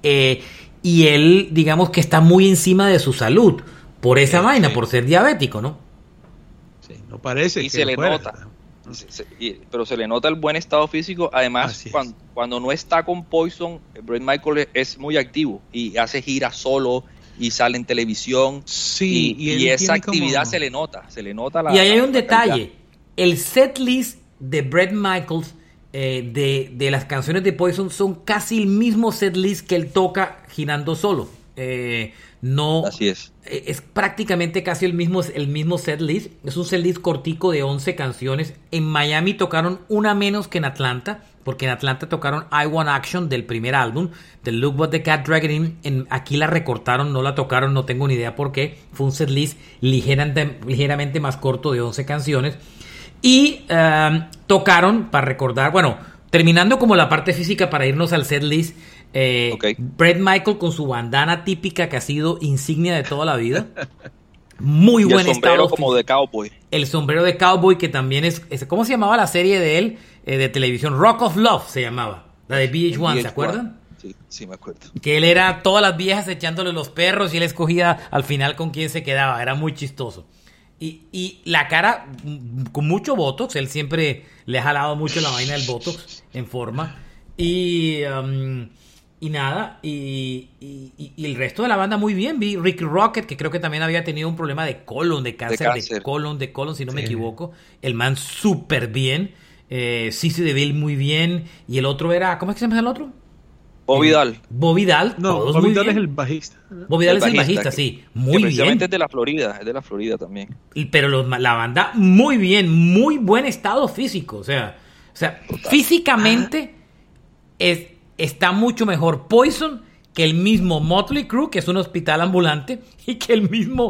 Y él, digamos que está muy encima de su salud por esa vaina, por ser diabético, ¿no? Sí, no parece. Y que se le fuera. nota. Pero se le nota el buen estado físico. Además, cuando no está con Poison, Bret Michaels es muy activo y hace giras solo y sale en televisión. Sí, y esa actividad se le nota. Y ahí hay un detalle. El set list de Bret Michaels de las canciones de Poison son casi el mismo set list que él toca girando solo. No, así es. Es prácticamente casi el mismo set list. Es un set list cortico de 11 canciones. En Miami tocaron una menos que en Atlanta, porque en Atlanta tocaron I Want Action del primer álbum, del Look What the Cat Dragged In. Aquí la recortaron, no la tocaron, no tengo ni idea por qué. Fue un set list ligeramente más corto de 11 canciones. Y tocaron, para recordar, bueno, terminando como la parte física para irnos al set list, Bret Michaels con su bandana típica que ha sido insignia de toda la vida. Muy buen estado. El sombrero como de cowboy. El sombrero de cowboy, que también es ¿cómo se llamaba la serie de él de televisión? Rock of Love se llamaba. La de VH1, ¿se acuerdan? Sí, me acuerdo. Que él era todas las viejas echándole los perros y él escogía al final con quién se quedaba. Era muy chistoso. Y la cara con mucho botox. Él siempre le ha jalado mucho la vaina del botox en forma. Y nada, y el resto de la banda muy bien. Vi Ricky Rocket, que creo que también había tenido un problema de colon, de cáncer. De colon, si no me equivoco. El man súper bien. Sissy DeVille muy bien. Y el otro era, ¿cómo es que se llama el otro? Bobby Dahl. Bobby Dahl. No, Bobby Dahl es el bajista. Bobby Dahl es el bajista, sí. Muy bien. Precisamente es de la Florida también. Pero la banda muy bien, muy buen estado físico. O sea físicamente está mucho mejor Poison que el mismo Motley Crue, que es un hospital ambulante, y que el mismo,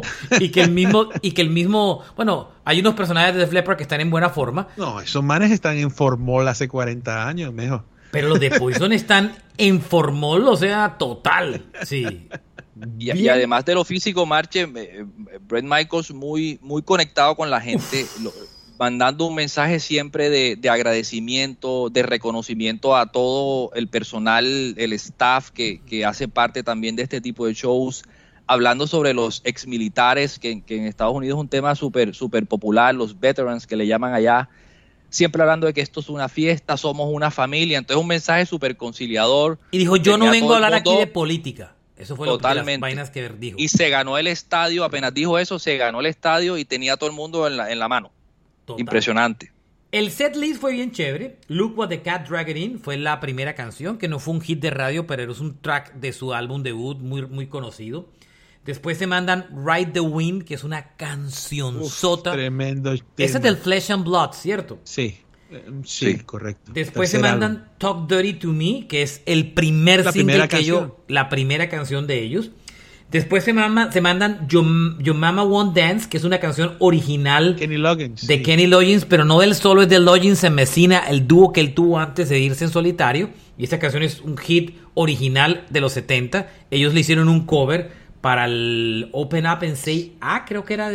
bueno, hay unos personajes de Def Leppard que están en buena forma. No, esos manes están en formol hace 40 años, mejor. Pero los de Poison están en formol, o sea, total, sí. Y además de lo físico, Marche, Bret Michaels muy, muy conectado con la gente, mandando un mensaje siempre de agradecimiento, de reconocimiento a todo el personal, el staff que hace parte también de este tipo de shows, hablando sobre los exmilitares, que en Estados Unidos es un tema súper súper popular, los veterans que le llaman allá, siempre hablando de que esto es una fiesta, somos una familia. Entonces un mensaje súper conciliador. Y dijo, yo no vengo a hablar aquí de política. Eso fue totalmente. Las vainas que dijo. Y se ganó el estadio, apenas dijo eso, se ganó el estadio y tenía a todo el mundo en la mano. Total. Impresionante. El set list fue bien chévere. Look What the Cat Dragged In fue la primera canción, que no fue un hit de radio, pero es un track de su álbum debut muy, muy conocido. Después se mandan Ride the Wind, que es una canción sota. Tremendo. Esa es del Flesh and Blood, ¿cierto? Sí, correcto. Después se mandan Talk Dirty to Me, que es el primer single la primera canción de ellos. Después se mandan Your Mama Won't Dance, que es una canción original Kenny Loggins, de Kenny Loggins, pero no del solo, es de Loggins en Messina, el dúo que él tuvo antes de irse en solitario. Y esta canción es un hit original de los 70. Ellos le hicieron un cover para el Open Up and Say, creo que era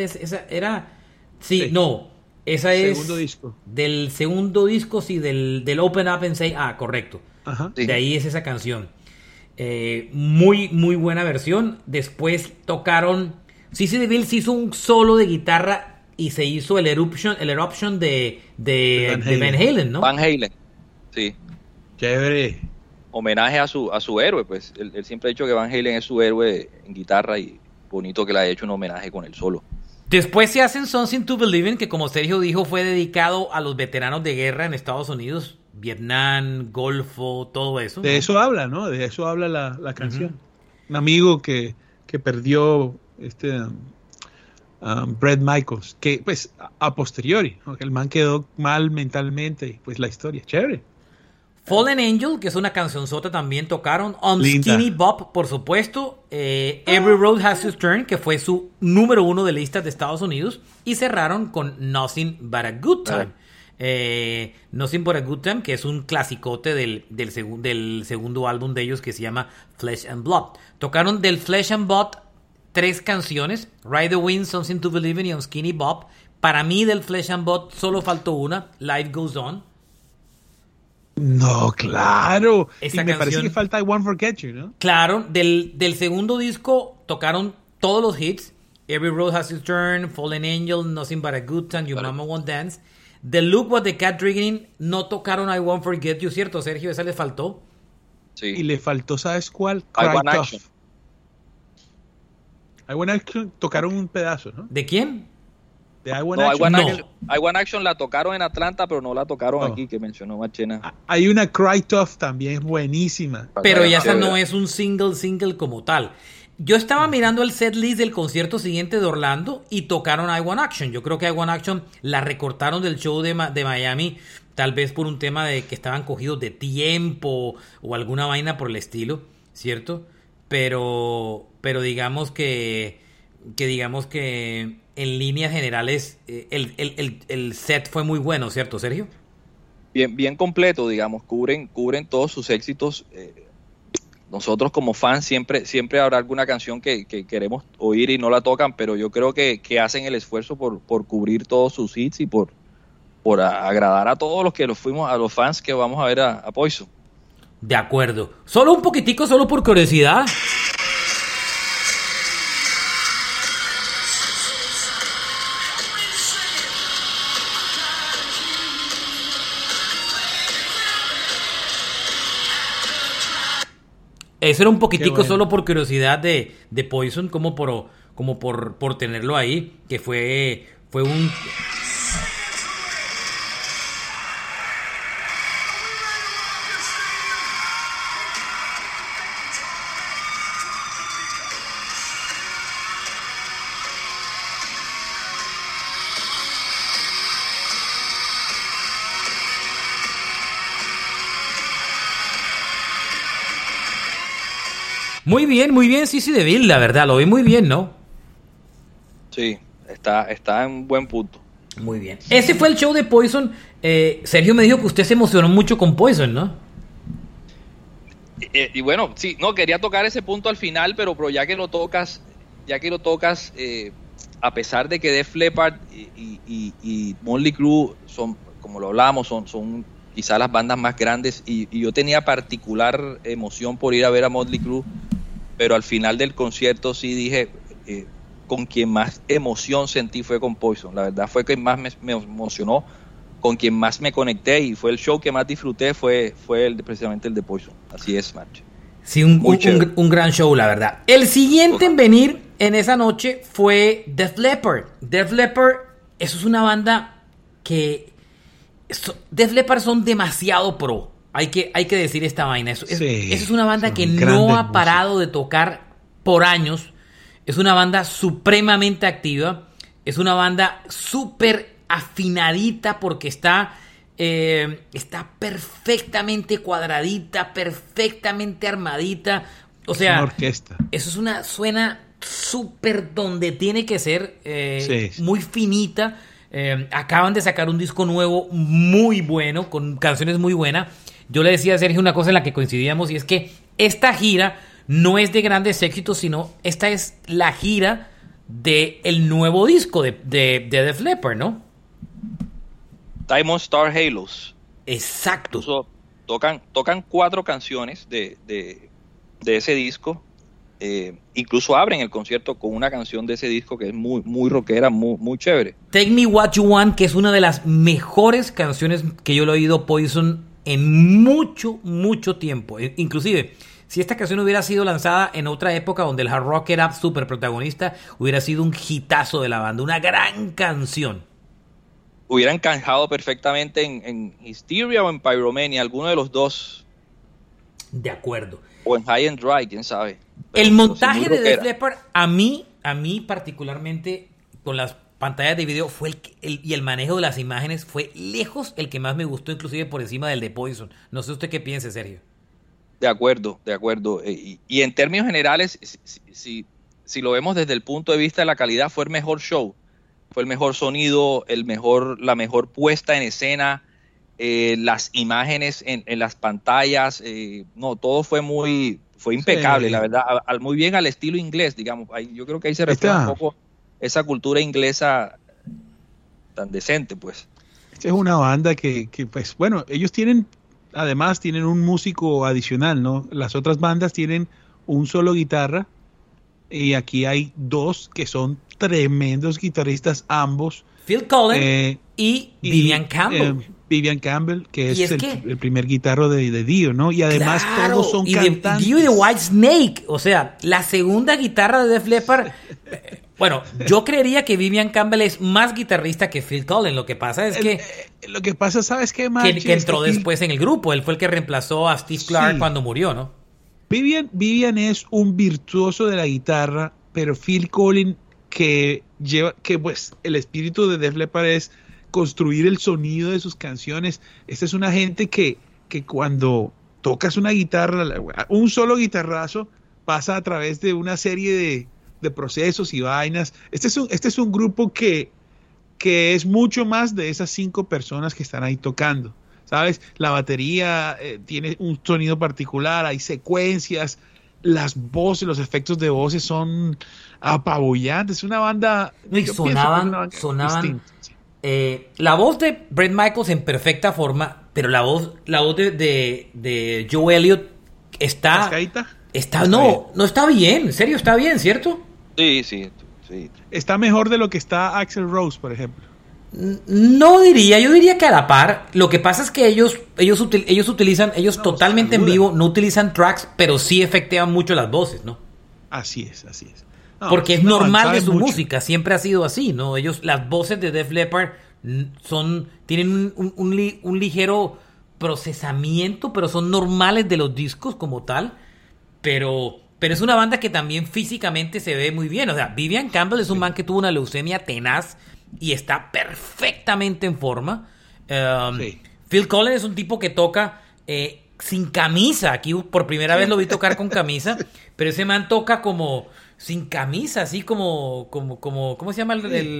esa es segundo disco. Del segundo disco, sí, del Open Up and Say, correcto. Ajá. De ahí es esa canción. Muy, muy buena versión. Después tocaron, Sissy DeVille se hizo un solo de guitarra y se hizo el Eruption de Van Halen, ¿no? Van Halen, sí. Chévere. Homenaje a su héroe, pues. Él siempre ha dicho que Van Halen es su héroe en guitarra y bonito que le haya hecho un homenaje con el solo. Después se hacen Something to Believe In, que como Sergio dijo fue dedicado a los veteranos de guerra en Estados Unidos, Vietnam, Golfo, todo eso. De eso habla, ¿no? De eso habla la canción. Un amigo que perdió Bret Michaels, que pues a posteriori, ¿no? El man quedó mal mentalmente, pues la historia, chévere. Fallen Angel, que es una cancionzota, también tocaron. Skinny Bop, por supuesto. Every Road Has Its Turn, que fue su número 1 de listas de Estados Unidos. Y cerraron con Nothing But a Good Time. Nothing But a Good Time, que es un clasicote del segundo álbum de ellos que se llama Flesh and Blood. Tocaron del Flesh and Blood 3 canciones, Ride the Wind, Something to Believe in y Skinny Bob. Para mí del Flesh and Blood solo faltó una, Life Goes On. No, claro. Esa y me canción, parece que falta I Won't Forget You, ¿no? Claro, del segundo disco tocaron todos los hits, Every Road Has Its Turn, Fallen Angel, Nothing But a Good Time, Your Mama Won't Dance. The Look What the Cat Drinking no tocaron I Won't Forget You, ¿cierto, Sergio? Esa les faltó. Sí. Y le faltó, ¿sabes cuál? I Cry Want Tough. Action. I Want Action tocaron un pedazo, ¿no? ¿De quién? De I Want No, Action. I Want Action la tocaron en Atlanta, pero no la tocaron No. aquí, que mencionó Marchena. Hay una Cry Tough también buenísima. Pero ya esa Chévere. no es un single como tal. Yo estaba mirando el set list del concierto siguiente de Orlando y tocaron I Want Action. Yo creo que I Want Action la recortaron del show de Miami, tal vez por un tema de que estaban cogidos de tiempo o alguna vaina por el estilo, ¿cierto? Pero digamos que en líneas generales el set fue muy bueno, ¿cierto, Sergio? Bien completo, digamos, cubren todos sus éxitos. Nosotros como fans siempre habrá alguna canción que queremos oír y no la tocan, pero yo creo que hacen el esfuerzo por cubrir todos sus hits y por agradar a todos los que a los fans que vamos a ver a Poison. De acuerdo. Solo un poquitico, solo por curiosidad. Eso era un poquitico bueno. solo por curiosidad de Poison, como por tenerlo ahí, que fue un... Muy bien, Sissy DeVille, la verdad, lo vi muy bien, ¿no? Sí, está en buen punto. Muy bien. Ese fue el show de Poison. Sergio me dijo que usted se emocionó mucho con Poison, ¿no? Y bueno, sí, no quería tocar ese punto al final, pero ya que lo tocas, a pesar de que Def Leppard y Motley Crue son, como lo hablábamos, son quizás las bandas más grandes, y yo tenía particular emoción por ir a ver a Motley Crue, pero al final del concierto sí dije, con quien más emoción sentí fue con Poison. La verdad fue que más me emocionó, con quien más me conecté, y fue el show que más disfruté, fue precisamente el de Poison. Así es, Marche. Sí, un gran show, la verdad. El siguiente en venir en esa noche fue Def Leppard. Def Leppard, eso es una banda que... Def Leppard son demasiado pro. Hay que decir esta vaina. Eso es una banda que no ha parado de tocar por años. Es una banda supremamente activa. Es una banda súper afinadita porque está perfectamente cuadradita, perfectamente armadita. O sea, es una orquesta. Eso suena súper donde tiene que ser, muy finita. Acaban de sacar un disco nuevo muy bueno, con canciones muy buenas. Yo le decía a Sergio una cosa en la que coincidíamos, y es que esta gira no es de grandes éxitos, sino esta es la gira del nuevo disco de Def Leppard, ¿no? Diamond Star Halos. Exacto. Incluso tocan 4 canciones de ese disco. Incluso abren el concierto con una canción de ese disco que es muy, muy rockera, muy chévere. Take Me What You Want, que es una de las mejores canciones que yo le he oído Poison en mucho tiempo. Inclusive, si esta canción hubiera sido lanzada en otra época donde el hard rock era súper protagonista, hubiera sido un hitazo de la banda, una gran canción. Hubiera encajado perfectamente en Hysteria o en Pyromania, alguno de los dos. De acuerdo. O en High and Dry, quién sabe. El montaje de Def Leppard, a mí particularmente, con las pantallas de video, fue y el manejo de las imágenes fue lejos el que más me gustó, inclusive por encima del de Poison. No sé usted qué piense, Sergio. De acuerdo. Y en términos generales, si lo vemos desde el punto de vista de la calidad, fue el mejor show fue el mejor sonido, la mejor puesta en escena, las imágenes en las pantallas, todo fue impecable, la verdad, muy bien al estilo inglés, digamos. Yo creo que ahí se refleja un poco esa cultura inglesa tan decente, pues. Esta es una banda que pues, bueno, ellos además tienen un músico adicional, ¿no? Las otras bandas tienen un solo guitarra, y aquí hay dos que son tremendos guitarristas ambos. Phil Collen y Vivian Campbell. Vivian Campbell, que es el primer guitarro de Dio, ¿no? Y además todos son cantantes. Dio y de Whitesnake, o sea, la segunda guitarra de Def Leppard. Bueno, yo creería que Vivian Campbell es más guitarrista que Phil Collen. Lo que pasa es que... Lo que pasa, ¿sabes qué, Marchi? Que entró después en el grupo. Él fue el que reemplazó a Steve Clark cuando murió, ¿no? Vivian es un virtuoso de la guitarra, pero Phil Collen que pues el espíritu de Def Leppard es construir el sonido de sus canciones. Esta es una gente que cuando tocas una guitarra, un solo guitarrazo, pasa a través de una serie de procesos y vainas. Este es un grupo que es mucho más de esas 5 personas que están ahí tocando, ¿sabes? La batería tiene un sonido particular, hay secuencias, las voces, los efectos de voces son apabullantes. Es una banda... No, y sonaban la voz de Bret Michaels en perfecta forma, pero la voz de Joe Elliott está no está bien, en serio, está bien, ¿cierto? Sí. Está mejor de lo que está Axl Rose, por ejemplo. No diría, yo diría que a la par. Lo que pasa es que ellos utilizan, totalmente en vivo, no utilizan tracks, pero sí efectean mucho las voces, ¿no? Así es. No, porque es normal de su música, siempre ha sido así, ¿no? Las voces de Def Leppard tienen un ligero procesamiento, pero son normales de los discos como tal, pero es una banda que también físicamente se ve muy bien. O sea, Vivian Campbell es un man que tuvo una leucemia tenaz y está perfectamente en forma. Phil Collen es un tipo que toca sin camisa. Aquí por primera vez lo vi tocar con camisa, pero ese man toca como sin camisa, así como ¿cómo se llama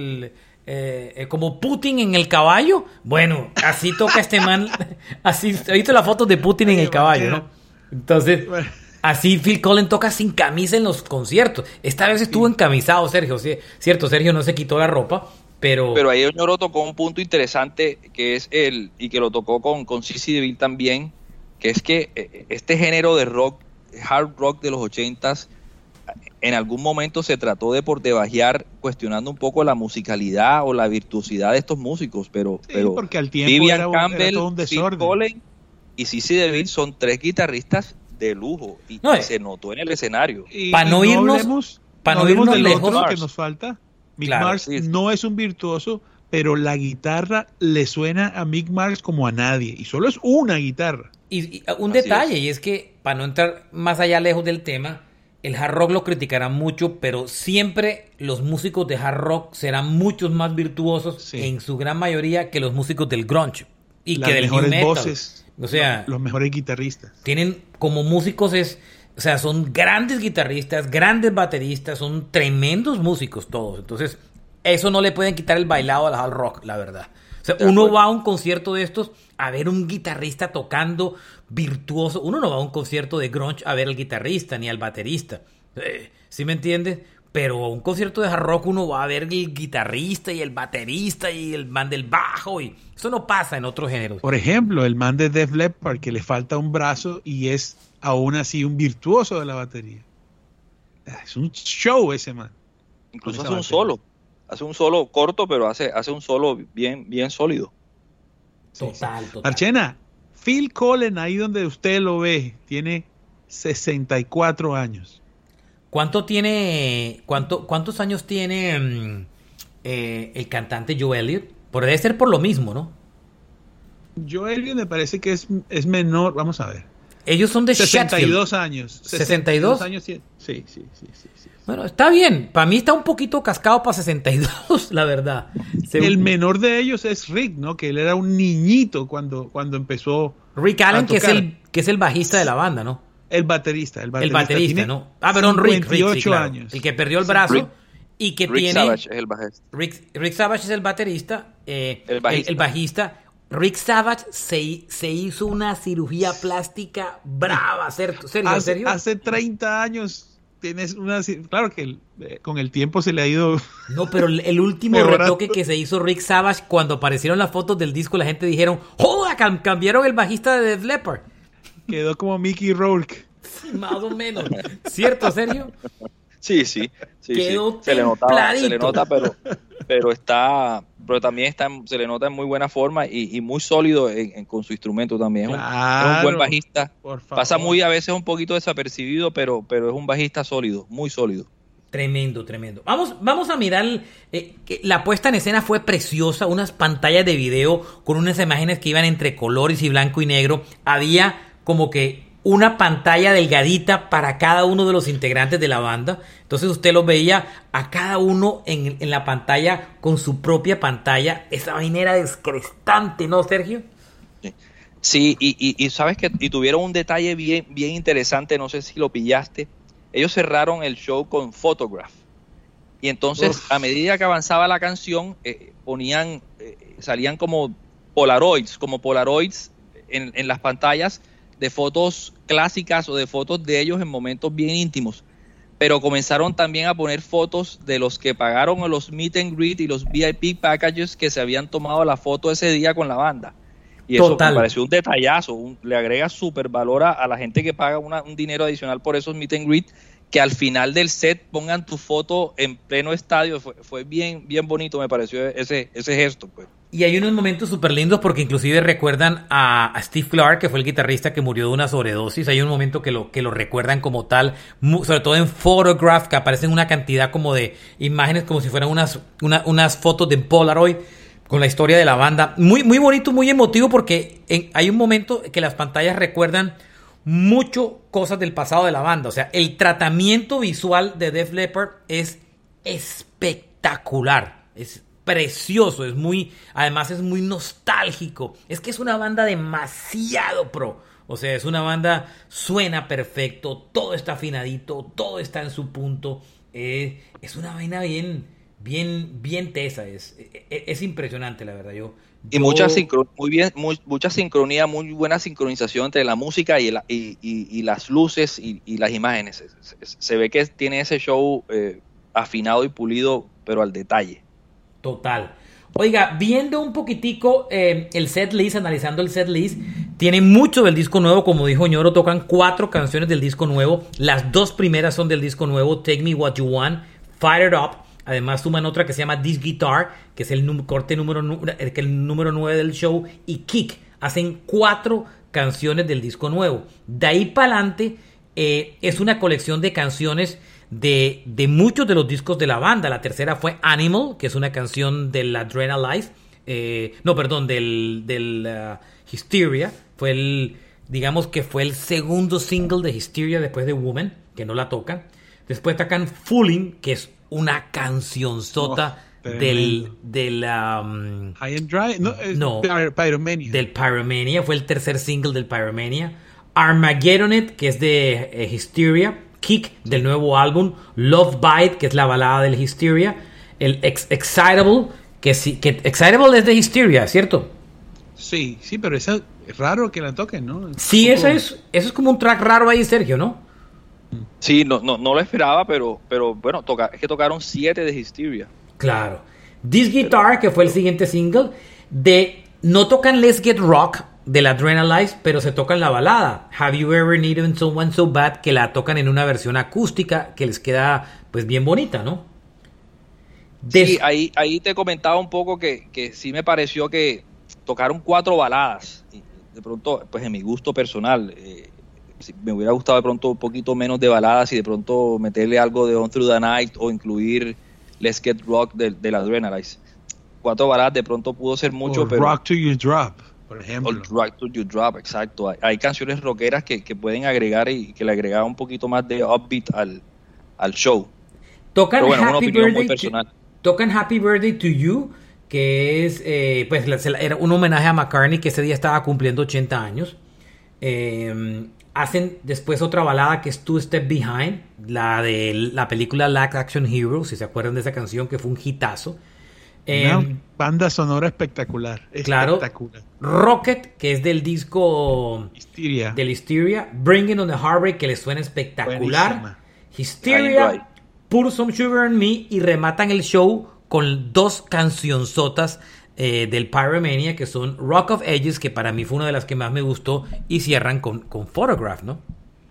como Putin en el caballo? Bueno, así toca este man. Así, ¿has visto las fotos de Putin en el caballo, no? Entonces, así Phil Collen toca sin camisa en los conciertos. Esta vez estuvo encamisado Sergio, cierto, Sergio no se quitó la ropa, pero ahí el ñoro tocó un punto interesante que es y que lo tocó con CeCe DeVille también, que es que este género de rock, hard rock de los 80s, en algún momento se trató de por debajear, cuestionando un poco la musicalidad o la virtuosidad de estos músicos, pero porque al tiempo Vivian Campbell, todo un desorden. Phil Collen y CeCe DeVille son 3 guitarristas de lujo y se notó en el escenario. Para no irnos lejos, lo que nos falta. Mick Mars no es un virtuoso, pero la guitarra le suena a Mick Mars como a nadie, y solo es una guitarra. Y un detalle, y es que, para no entrar más allá lejos del tema, el hard rock lo criticarán mucho, pero siempre los músicos de hard rock serán muchos más virtuosos en su gran mayoría que los músicos del grunge y las que del new metal. Voces, o sea, los mejores guitarristas. Tienen como músicos son grandes guitarristas, grandes bateristas, son tremendos músicos todos. Entonces, eso no le pueden quitar el bailado al hard rock, la verdad. O sea, uno va a un concierto de estos a ver un guitarrista tocando virtuoso. Uno no va a un concierto de grunge a ver al guitarrista ni al baterista. ¿Sí me entiendes? Pero a un concierto de hard rock uno va a ver el guitarrista y el baterista y el man del bajo. Y eso no pasa en otros géneros. Por ejemplo, el man de Def Leppard, que le falta un brazo y es aún así un virtuoso de la batería. Es un show ese man. Incluso hace un solo. Hace un solo corto, pero hace un solo bien sólido. Total. Marchena, Phil Collen, ahí donde usted lo ve, tiene 64 años. ¿Cuántos años tiene el cantante Joe Elliott? Debe ser por lo mismo, ¿no? Joe Elliott me parece que es menor, vamos a ver. Ellos son de 62 años. 62 años. Sí. Bueno, está bien. Para mí está un poquito cascado para 62, la verdad. El menor de ellos es Rick, ¿no? Que él era un niñito cuando empezó. Rick Allen, que es el bajista de la banda, ¿no? El baterista, ¿no? Ah, perdón, Rick, 28 sí, claro. años. El que perdió el brazo Y que Rick Savage es el bajista. Rick Savage es el baterista. El bajista. Rick Savage se hizo una cirugía plástica brava, ¿serio? Hace 30 años tienes una... Claro que con el tiempo se le ha ido... No, pero el último retoque que se hizo Rick Savage, cuando aparecieron las fotos del disco, la gente dijeron, ¡joda! Cambiaron el bajista de Def Leppard. Quedó como Mickey Rourke. Sí, más o menos. ¿Cierto, Sergio? Sí. Quedó Se le nota, pero también se le nota en muy buena forma y muy sólido con su instrumento también. Claro, es un buen bajista. Por favor. Pasa a veces un poquito desapercibido, pero es un bajista sólido, muy sólido. Tremendo. Vamos a mirar. La puesta en escena fue preciosa. Unas pantallas de video con unas imágenes que iban entre colores y blanco y negro. Había como que una pantalla delgadita para cada uno de los integrantes de la banda. Entonces usted los veía a cada uno en la pantalla con su propia pantalla. Esa vaina era descrestante, ¿no, Sergio? Sí, y sabes que tuvieron un detalle bien interesante, no sé si lo pillaste. Ellos cerraron el show con Photograph. Y entonces, a medida que avanzaba la canción, salían como Polaroids en las pantallas de fotos clásicas o de fotos de ellos en momentos bien íntimos, pero comenzaron también a poner fotos de los que pagaron los meet and greet y los VIP packages que se habían tomado la foto ese día con la banda. Y eso me pareció un detallazo, le agrega súper valor a la gente que paga un dinero adicional por esos meet and greet, que al final del set pongan tu foto en pleno estadio. Fue bien bonito, me pareció ese gesto, pues. Y hay unos momentos súper lindos porque inclusive recuerdan a Steve Clark, que fue el guitarrista que murió de una sobredosis. Hay un momento que lo recuerdan como tal, sobre todo en Photograph, que aparecen una cantidad como de imágenes como si fueran unas fotos de Polaroid con la historia de la banda. Muy bonito, muy emotivo, porque hay un momento que las pantallas recuerdan mucho cosas del pasado de la banda. O sea, el tratamiento visual de Def Leppard es espectacular, es precioso, además es muy nostálgico. Es que es una banda demasiado pro. O sea, es una banda, suena perfecto, todo está afinadito, todo está en su punto. Es una vaina bien tesa. Es impresionante, la verdad. Mucha sincronía, muy buena sincronización entre la música y las luces y las imágenes. Se ve que tiene ese show afinado y pulido, pero al detalle. Total. Oiga, viendo un poquitico el set list, analizando el set list, tiene mucho del disco nuevo. Como dijo Ñoro, tocan 4 canciones del disco nuevo. Las 2 primeras son del disco nuevo: Take Me What You Want, Fire It Up. Además suman otra que se llama This Guitar, que es el número 9 del show, y Kick. Hacen 4 canciones del disco nuevo. De ahí para adelante es una colección de canciones de muchos de los discos de la banda. La tercera fue Animal, que es una canción del Adrenalize, del Hysteria. Digamos que fue el segundo single de Hysteria después de Woman, que no la tocan. Después tocan Fooling, que es una cancionzota del High and Dry, Pyromania. Del Pyromania, fue el tercer single del Pyromania. Armageddon, que es de Hysteria. Kick, del nuevo álbum. Love Bite, que es la balada del Hysteria. El Excitable, que Excitable es de Hysteria, ¿cierto? Sí, pero esa es raro que la toquen, ¿no? Sí, eso es como un track raro ahí, Sergio, ¿no? Sí, no lo esperaba, pero bueno, es que tocaron 7 de Hysteria. Claro. This Guitar, que fue el siguiente single, no tocan Let's Get Rock del Adrenalize, pero se tocan la balada Have You Ever Needed Someone So Bad, que la tocan en una versión acústica que les queda pues bien bonita, ¿no? Sí, ahí te comentaba un poco que sí me pareció que tocaron 4 baladas. Y de pronto, pues en mi gusto personal, me hubiera gustado de pronto un poquito menos de baladas y de pronto meterle algo de On Through the Night o incluir Let's Get Rock del Adrenalize. 4 baladas de pronto pudo ser mucho, pero Rock to You Drop, por ejemplo. Rock to You Drop, exacto. Hay canciones rockeras que pueden agregar y que le agregaban un poquito más de upbeat al show. Tocan Happy Birthday tocan Happy Birthday to You, que es pues era un homenaje a McCartney, que ese día estaba cumpliendo 80 años. hacen después otra balada que es Two Step Behind, la de la película Last Action Hero, si se acuerdan de esa canción que fue un hitazo. Una banda sonora espectacular. Claro. Espectacular. Rocket, que es del disco Hysteria. del Hysteria. Bringing on the Heartbreak, que les suena espectacular. Buenísima. Hysteria, Pour Some Sugar on Me, y rematan el show con 2 cancionzotas del Pyromania, que son Rock of Ages, que para mí fue una de las que más me gustó, y cierran con Photograph, ¿no?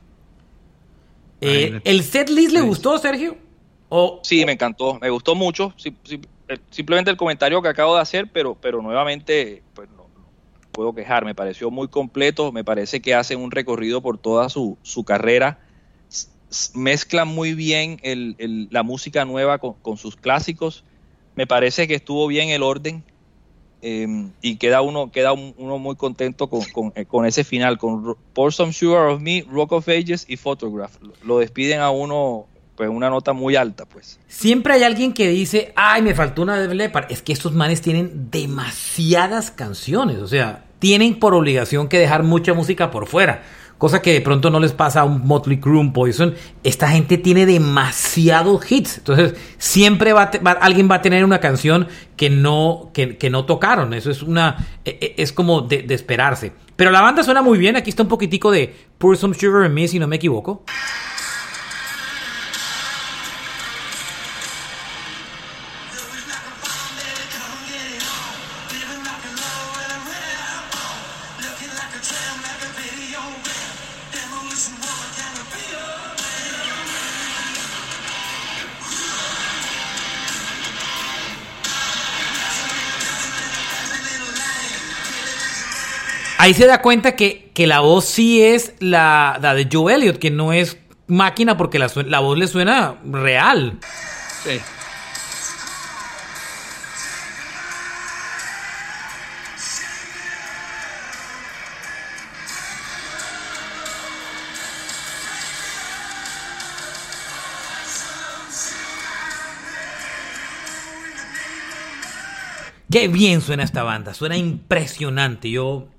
¿El set list le gustó, Sergio? Sí, me encantó, me gustó mucho. Simplemente el comentario que acabo de hacer, pero nuevamente pues no puedo quejar. Me pareció muy completo, me parece que hacen un recorrido por toda su carrera. Mezclan muy bien la música nueva con sus clásicos. Me parece que estuvo bien el orden. Y queda uno muy contento con ese final, con Pour Some Sugar on Me, Rock of Ages y Photograph. Lo despiden a uno pues una nota muy alta, pues. Siempre hay alguien que dice, ay, me faltó una de Def Leppard. Es que estos manes tienen demasiadas canciones, o sea, tienen por obligación que dejar mucha música por fuera, cosa que de pronto no les pasa a un Motley Crue, un Poison. Esta gente tiene demasiados hits, entonces siempre alguien va a tener una canción que no tocaron. Eso es como de esperarse. Pero la banda suena muy bien. Aquí está un poquitico de Pour Some Sugar on Me, si no me equivoco. Ahí se da cuenta que la voz sí es la de Joe Elliott, que no es máquina, porque la voz le suena real. Sí. Qué bien suena esta banda, suena impresionante.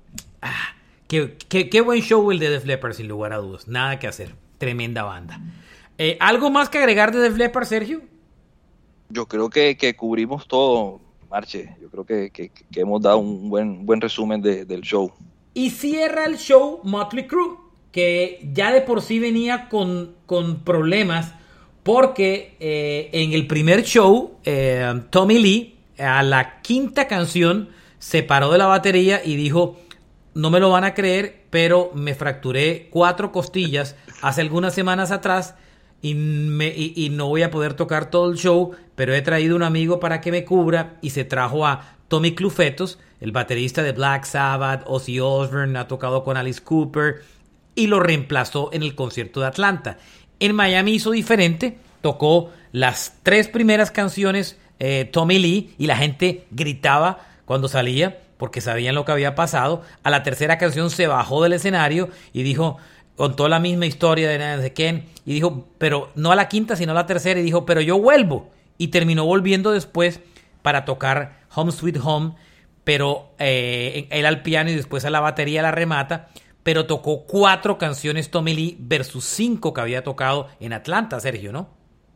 Qué buen show el de Def Leppard, sin lugar a dudas. Nada que hacer, tremenda banda. ¿Algo más que agregar de Def Leppard, Sergio? Yo creo que cubrimos todo, Marche. Yo creo que hemos dado un buen resumen del show. Y cierra el show Motley Crue, que ya de por sí venía con problemas, porque en el primer show Tommy Lee, a la quinta canción, se paró de la batería y dijo: no me lo van a creer, pero me fracturé 4 costillas hace algunas semanas atrás y no voy a poder tocar todo el show, pero he traído un amigo para que me cubra, y se trajo a Tommy Clufetos, el baterista de Black Sabbath, Ozzy Osbourne, ha tocado con Alice Cooper, y lo reemplazó en el concierto de Atlanta. En Miami hizo diferente, tocó las 3 primeras canciones Tommy Lee, y la gente gritaba cuando salía porque sabían lo que había pasado. A la tercera canción se bajó del escenario y dijo, contó la misma historia de no sé quién, y dijo, pero no a la quinta sino a la tercera, y dijo, pero yo vuelvo, y terminó volviendo después para tocar Home Sweet Home, pero él al piano y después a la batería la remata, pero tocó 4 canciones Tommy Lee versus 5 que había tocado en Atlanta, Sergio, ¿no?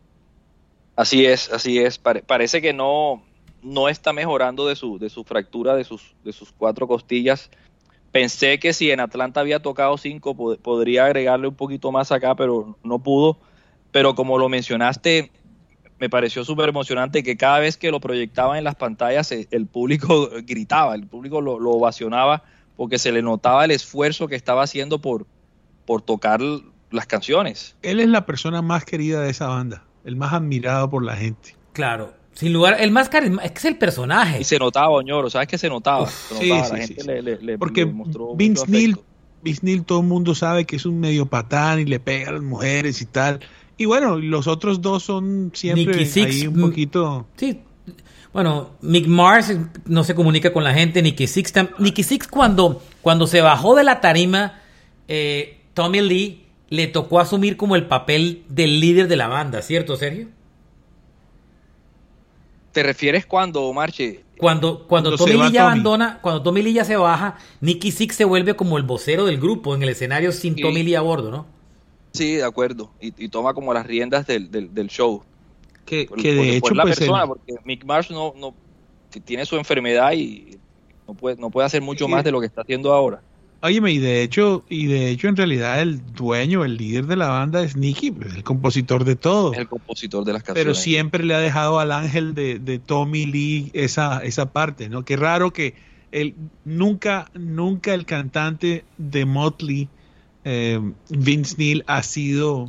Así es. Parece que no está mejorando de su fractura de sus 4 costillas. Pensé que si en Atlanta había tocado 5, podría agregarle un poquito más acá, pero no pudo. Pero como lo mencionaste, me pareció súper emocionante que cada vez que lo proyectaban en las pantallas, el público gritaba, el público lo ovacionaba, porque se le notaba el esfuerzo que estaba haciendo por tocar las canciones. Él es la persona más querida de esa banda, el más admirado por la gente. Claro, sin lugar, el más carismático, es que es el personaje. Y se notaba, Oñoro, ¿sabes qué se notaba? Sí, la sí, gente sí. le Porque mostró Vince mucho Neil, todo el mundo sabe que es un medio patán y le pega a las mujeres y tal. Y bueno, los otros 2 son siempre Nicky Sixx, ahí un poquito... Sí, bueno, Mick Mars no se comunica con la gente, Nicky Sixx cuando se bajó de la tarima, Tommy Lee le tocó asumir como el papel del líder de la banda, ¿cierto, Sergio? ¿Te refieres cuando, Marche? Cuando Tommy Lee ya abandona, cuando Tommy Lee ya se baja, Nicky Sixx se vuelve como el vocero del grupo en el escenario sin Tommy Lee a bordo, ¿no? Sí, de acuerdo. Y toma como las riendas del show. Que de hecho, la pues persona, porque Mick Mars no tiene su enfermedad y no puede hacer mucho más de lo que está haciendo ahora. Óyeme, y de hecho en realidad el dueño, el líder de la banda es Nicky, pues, el compositor de todo. Es el compositor de las canciones. Pero siempre le ha dejado al ángel de Tommy Lee esa parte, ¿no? Qué raro que nunca el cantante de Motley, Vince Neil, ha sido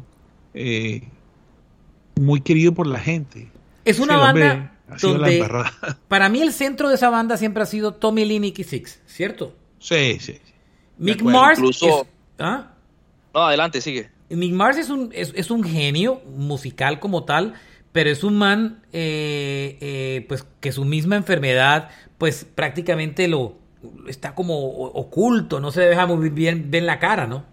muy querido por la gente. Es una banda donde, para mí el centro de esa banda siempre ha sido Tommy Lee y Nicky Sixx, ¿cierto? Sí. Mick Mars incluso, No, adelante, sigue. Mick Mars es un genio musical como tal, pero es un man pues que su misma enfermedad pues prácticamente lo está como oculto, no se le deja muy bien ver la cara, ¿no?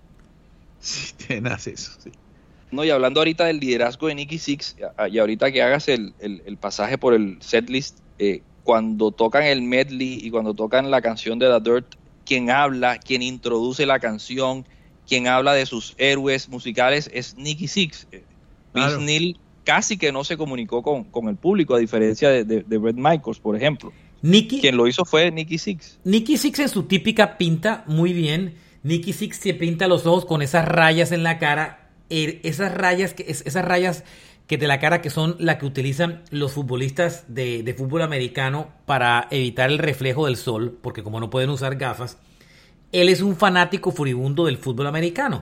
Sí, tenaz eso, sí. No, y hablando ahorita del liderazgo de Nicky Sixx, y ahorita que hagas el pasaje por el setlist, cuando tocan el medley y cuando tocan la canción de The Dirt, quien habla, quien introduce la canción, quien habla de sus héroes musicales es Nicky Sixx. Vince Neil casi que no se comunicó con el público, a diferencia de Bret Michaels, por ejemplo. Quien lo hizo fue Nicky Sixx. Nicky Sixx en su típica pinta muy bien. Nicky Sixx se pinta los ojos con esas rayas en la cara, esas rayas que de la cara que son las que utilizan los futbolistas de fútbol americano para evitar el reflejo del sol, porque como no pueden usar gafas, él es un fanático furibundo del fútbol americano.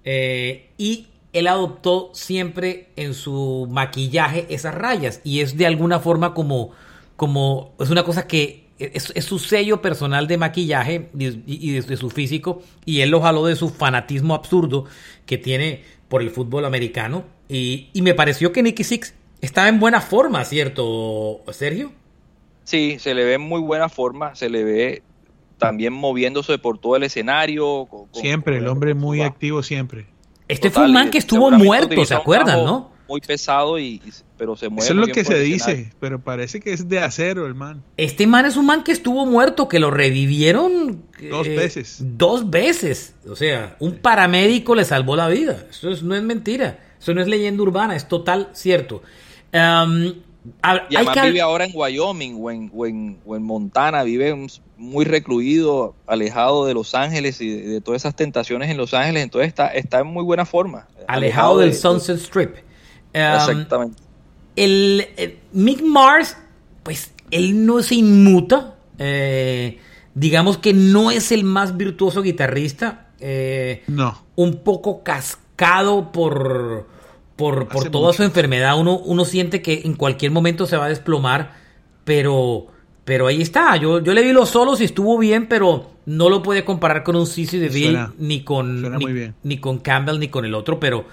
Y él adoptó siempre en su maquillaje esas rayas, y es de alguna forma como es una cosa que es su sello personal de maquillaje y de su físico, y él lo jaló de su fanatismo absurdo que tiene por el fútbol americano. Y me pareció que Nicky Sixx estaba en buena forma, ¿cierto, Sergio? Sí, se le ve en muy buena forma, se le ve también moviéndose por todo el escenario. Siempre, el hombre muy activo siempre. Fue un man que estuvo muerto, ¿se acuerdan, no? Muy pesado, pero se mueve. Eso es lo que se dice, pero parece que es de acero el man. Este man es un man que estuvo muerto, que lo revivieron 2 veces. 2 veces. O sea, un paramédico le salvó la vida. Eso no es mentira. Eso no es leyenda urbana, es total cierto. Y además vive ahora en Wyoming o en Montana, vive muy recluido, alejado de Los Ángeles y de todas esas tentaciones en Los Ángeles, entonces está en muy buena forma. Alejado del Sunset Strip. Exactamente. El Mick Mars, pues él no se inmuta, digamos que no es el más virtuoso guitarrista, no. Un poco cascado por toda su enfermedad. Uno siente que en cualquier momento se va a desplomar, pero ahí está. Yo le vi los solos y estuvo bien, pero no lo puede comparar con un CeCe DeVille ni con Campbell ni con el otro, pero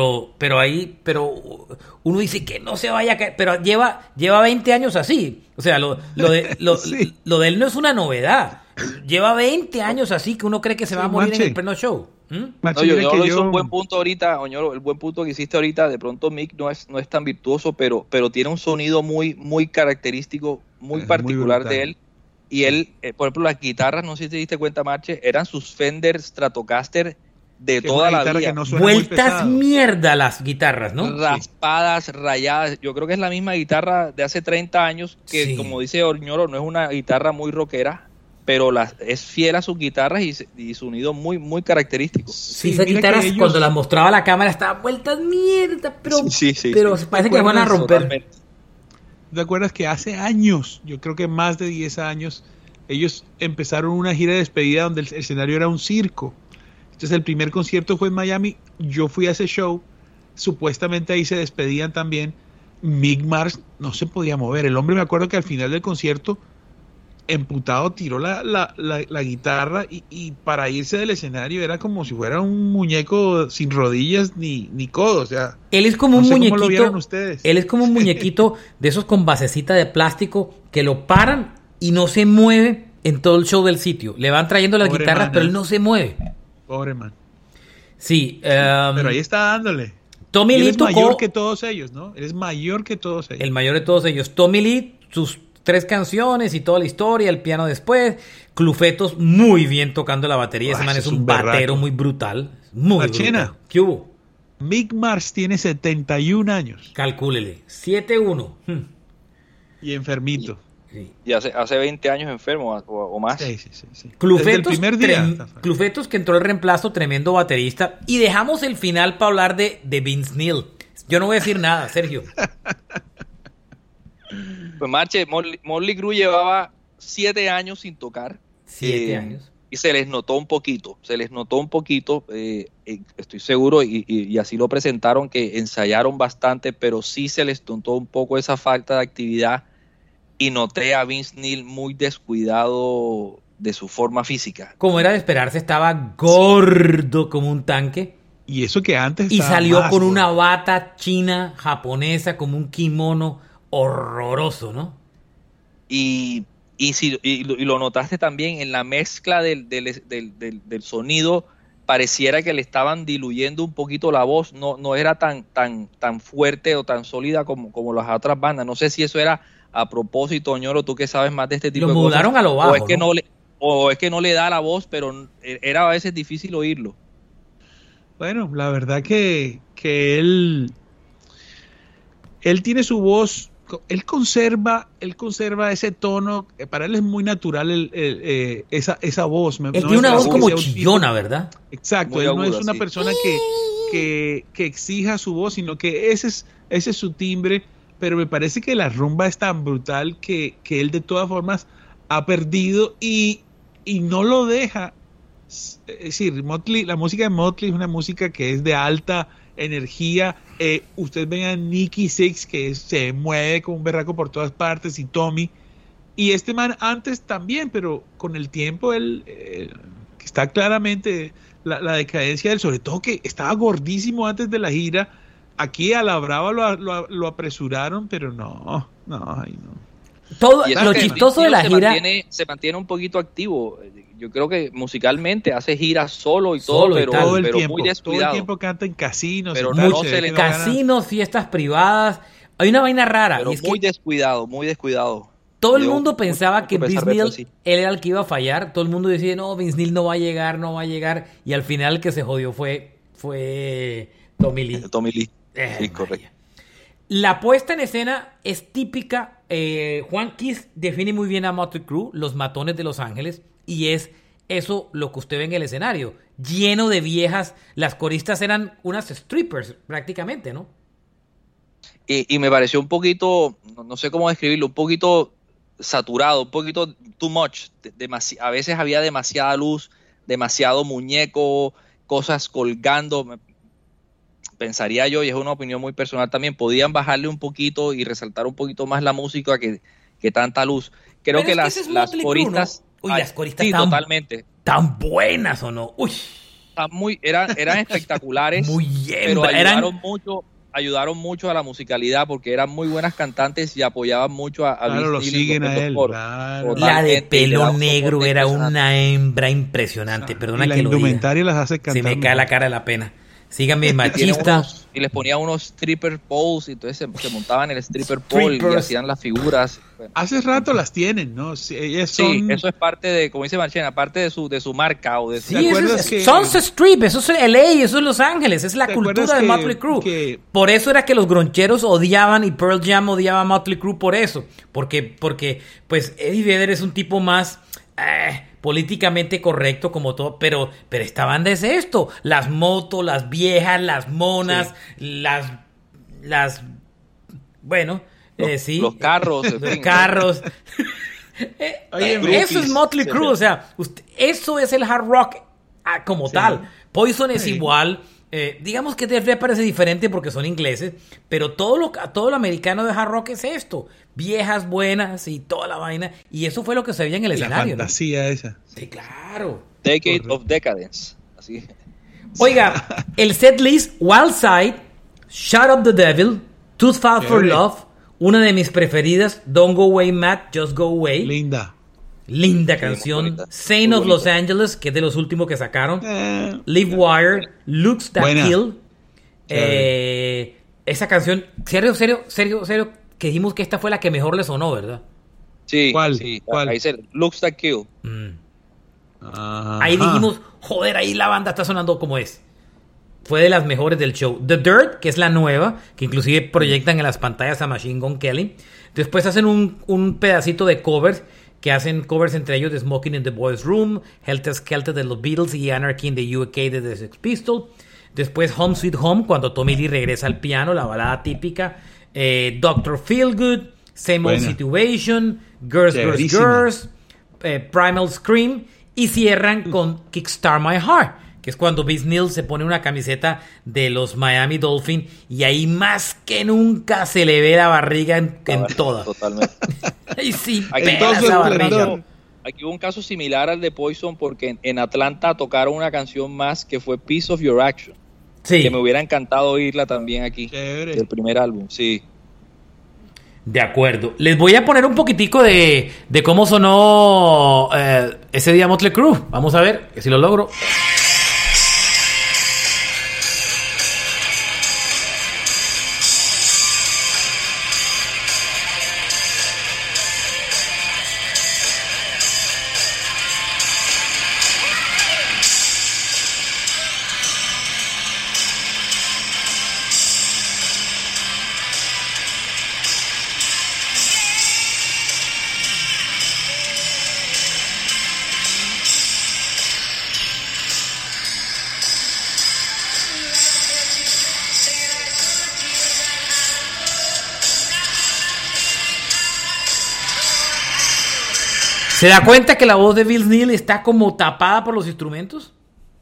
uno dice que no se vaya a caer, pero lleva 20 años así. O sea, lo de él no es una novedad. Lleva 20 años así que uno cree que se va a morir en el pleno show. No, yo hizo un buen punto ahorita, Oñoro, el buen punto que hiciste ahorita. De pronto Mick no es tan virtuoso, pero tiene un sonido muy, muy característico, muy particular de él. Y él, por ejemplo, las guitarras, no sé si te diste cuenta, Marche, eran sus Fender Stratocaster de toda la vida. Vueltas mierda las guitarras, ¿no? Raspadas, rayadas. Yo creo que es la misma guitarra de hace 30 años, que como dice Oñoro, no es una guitarra muy rockera, pero es fiel a sus guitarras y su sonido muy, muy característico. Sí, esas guitarras cuando las mostraba a la cámara estaban vueltas mierda, pero parece que van a romper. Totalmente. ¿Te acuerdas que hace años, yo creo que más de 10 años, ellos empezaron una gira de despedida donde el escenario era un circo? Entonces el primer concierto fue en Miami, yo fui a ese show, supuestamente ahí se despedían también. Mick Mars no se podía mover, el hombre, me acuerdo que al final del concierto, emputado, tiró la guitarra y para irse del escenario era como si fuera un muñeco sin rodillas ni codo, o sea, él es como un muñequito. Ustedes. Él es como un muñequito de esos con basecita de plástico que lo paran y no se mueve en todo el show del sitio. Le van trayendo las guitarras, pero él no se mueve. Pobre man. Sí, pero ahí está dándole. Tommy Lee tocó... mayor que todos ellos, ¿no? Él es mayor que todos ellos. El mayor de todos ellos. Tommy Lee, sus 3 canciones y toda la historia, el piano después. Clufetos muy bien tocando la batería. Ese man es un batero berraco. muy brutal. Muy Marchena. brutal. ¿Qué hubo? Mick Mars tiene 71 años Calcúlele. 7-1. y enfermito. Sí. Y hace 20 años enfermo o más. Sí. Desde el Clufetos, primer día. Clufetos, que entró el reemplazo, tremendo baterista. Y dejamos el final para hablar de Vince Neil. Yo no voy a decir nada, Sergio. Pues Marche, Motley Crue llevaba 7 años sin tocar. 7 años. Y se les notó un poquito, estoy seguro, y así lo presentaron, que ensayaron bastante, pero sí se les notó un poco esa falta de actividad, y noté a Vince Neil muy descuidado de su forma física. Como era de esperarse, estaba gordo como un tanque. Y eso que antes Y estaba salió más, con güey. una bata china, japonesa, como un kimono horroroso, ¿no? Y lo notaste también en la mezcla del sonido, pareciera que le estaban diluyendo un poquito la voz, no era tan fuerte o tan sólida como las otras bandas. No sé si eso era a propósito, Ñoro, tú que sabes más de este tipo Lo de cosas. mudaron a lo bajo, o es que no le da la voz, pero era a veces difícil oírlo. Bueno, la verdad que él tiene su voz, él conserva ese tono, para él es muy natural esa voz. Él tiene una voz como chillona, ¿verdad? Exacto, Muy él no aguda, es una sí. persona que exija su voz, sino que ese es su timbre, pero me parece que la rumba es tan brutal que él de todas formas ha perdido y no lo deja. Es decir, la música de Motley es una música que es de alta energía. Ustedes ven a Nicky Six, que se mueve como un berraco por todas partes, y Tommy. Y este man antes también, pero con el tiempo él está claramente la decadencia de él, sobre todo que estaba gordísimo antes de la gira. Aquí a la brava lo apresuraron, pero no. Todo Y lo que chistoso de la gira... se mantiene un poquito activo. Yo creo que musicalmente hace giras solo y Solo todo, y tal. todo el pero tiempo, muy todo el descuidado. tiempo canta en casinos, Pero y no tal, se ve le- que no gana. Casinos, fiestas privadas. Hay una vaina rara. Pero Y es muy que descuidado, muy descuidado. todo el Dio mundo mucho- pensaba mucho que pesar Vince de Neil, eso, sí. él era el que iba a fallar. Todo el mundo decía, no, Vince Neil no va a llegar. Y al final el que se jodió fue Tommy Lee. Tommy Lee. Sí, María. correcto. La puesta en escena es típica. Juan Kiss define muy bien a Motley Crue, los matones de Los Ángeles, y es eso lo que usted ve en el escenario, lleno de viejas. Las coristas eran unas strippers prácticamente, ¿no? Y me pareció un poquito, no sé cómo describirlo, un poquito saturado, un poquito too much. A veces había demasiada luz, demasiado muñeco, cosas colgando. Pensaría yo, y es una opinión muy personal también, podían bajarle un poquito y resaltar un poquito más la música que tanta luz. Creo Pero que es que ese es las Motley Crue, coristas... ¿no? Uy, las coristas sí, estaban totalmente. tan buenas, ¿o no? Uy, Eran espectaculares, muy pero hembra. ayudaron mucho a la musicalidad porque eran muy buenas cantantes y apoyaban mucho a Claro, Vince lo Neil en siguen los a él. coros. Claro. Total. La de Totalmente, y le pelo da un negro soporte era impresionante. una hembra impresionante. Perdona Y la que lo diga. indumentaria las hace cantar. Se me cae la cara de la pena. Síganme, machista. Y les ponía unos stripper poles y entonces se montaban en el stripper pole y Strippers. hacían las figuras. Bueno, Hace rato las tienen, ¿no? Sí, ellas sí, son... eso es parte de, como dice Marchena, parte de su marca o de su... Sí, ¿Te eso acuerdas es que- Sunset Strip, eso es LA, eso es Los Ángeles, es la ¿Te cultura acuerdas de que- Motley Crue. que- Por eso era que los groncheros odiaban y Pearl Jam odiaba a Motley Crue por eso. Porque pues Eddie Vedder es un tipo más políticamente correcto como todo, pero esta banda es esto, las motos, las viejas, las monas, las bueno, sí. Los carros, en Los fin. carros. Oye, Eso groupies, es Motley sí, Crue, sí. o sea, eso es el hard rock como Sí. tal. Poison es Sí. igual. Digamos que Def Leppard parece diferente porque son ingleses, pero todo lo americano de hard rock es esto. Viejas buenas y toda la vaina. Y eso fue lo que se veía en el la escenario, ¿no? fantasía esa. Sí, claro. Decade Correcto. of Decadence. Así. Oiga, el set list, Wild Side, Shut Up the Devil, Tooth File for Chévere. Love, una de mis preferidas, Don't Go Away Matt, Just Go Away. Linda. Linda Sí, canción. muy bonita. Saint Muy of bonita. Los Angeles, que es de los últimos que sacaron. Live Wire, Looks That Buena. Kill, Esa canción, serio, que dijimos que esta fue la que mejor le sonó, ¿verdad? Sí, ¿Cuál? sí. ¿Cuál? Ahí dice Looks Like Kill. Ahí dijimos, joder, ahí la banda está sonando como es. Fue de las mejores del show. The Dirt, que es la nueva, que inclusive proyectan en las pantallas a Machine Gun Kelly. Después hacen un pedacito de covers, que hacen covers entre ellos de Smoking in the Boys Room, Helter Skelter de los Beatles y Anarchy in the UK de The Sex Pistols. Después Home Sweet Home, cuando Tommy Lee regresa al piano, la balada típica. Dr. Feelgood, Same Old Situation, Girls, Primal Scream, y cierran con Kickstart My Heart, que es cuando Vince Neil se pone una camiseta de los Miami Dolphins y ahí más que nunca se le ve la barriga en toda. Totalmente. Y sí, Entonces, esa barriga. Aquí hubo un caso similar al de Poison porque en Atlanta tocaron una canción más que fue Piece of Your Action. Sí. Que me hubiera encantado oírla también aquí. Chévere. Del primer álbum, sí. De acuerdo. Les voy a poner un poquitico de cómo sonó ese día Motley Crue. Vamos a ver si lo logro. ¿Se da cuenta que la voz de Vince Neil está como tapada por los instrumentos?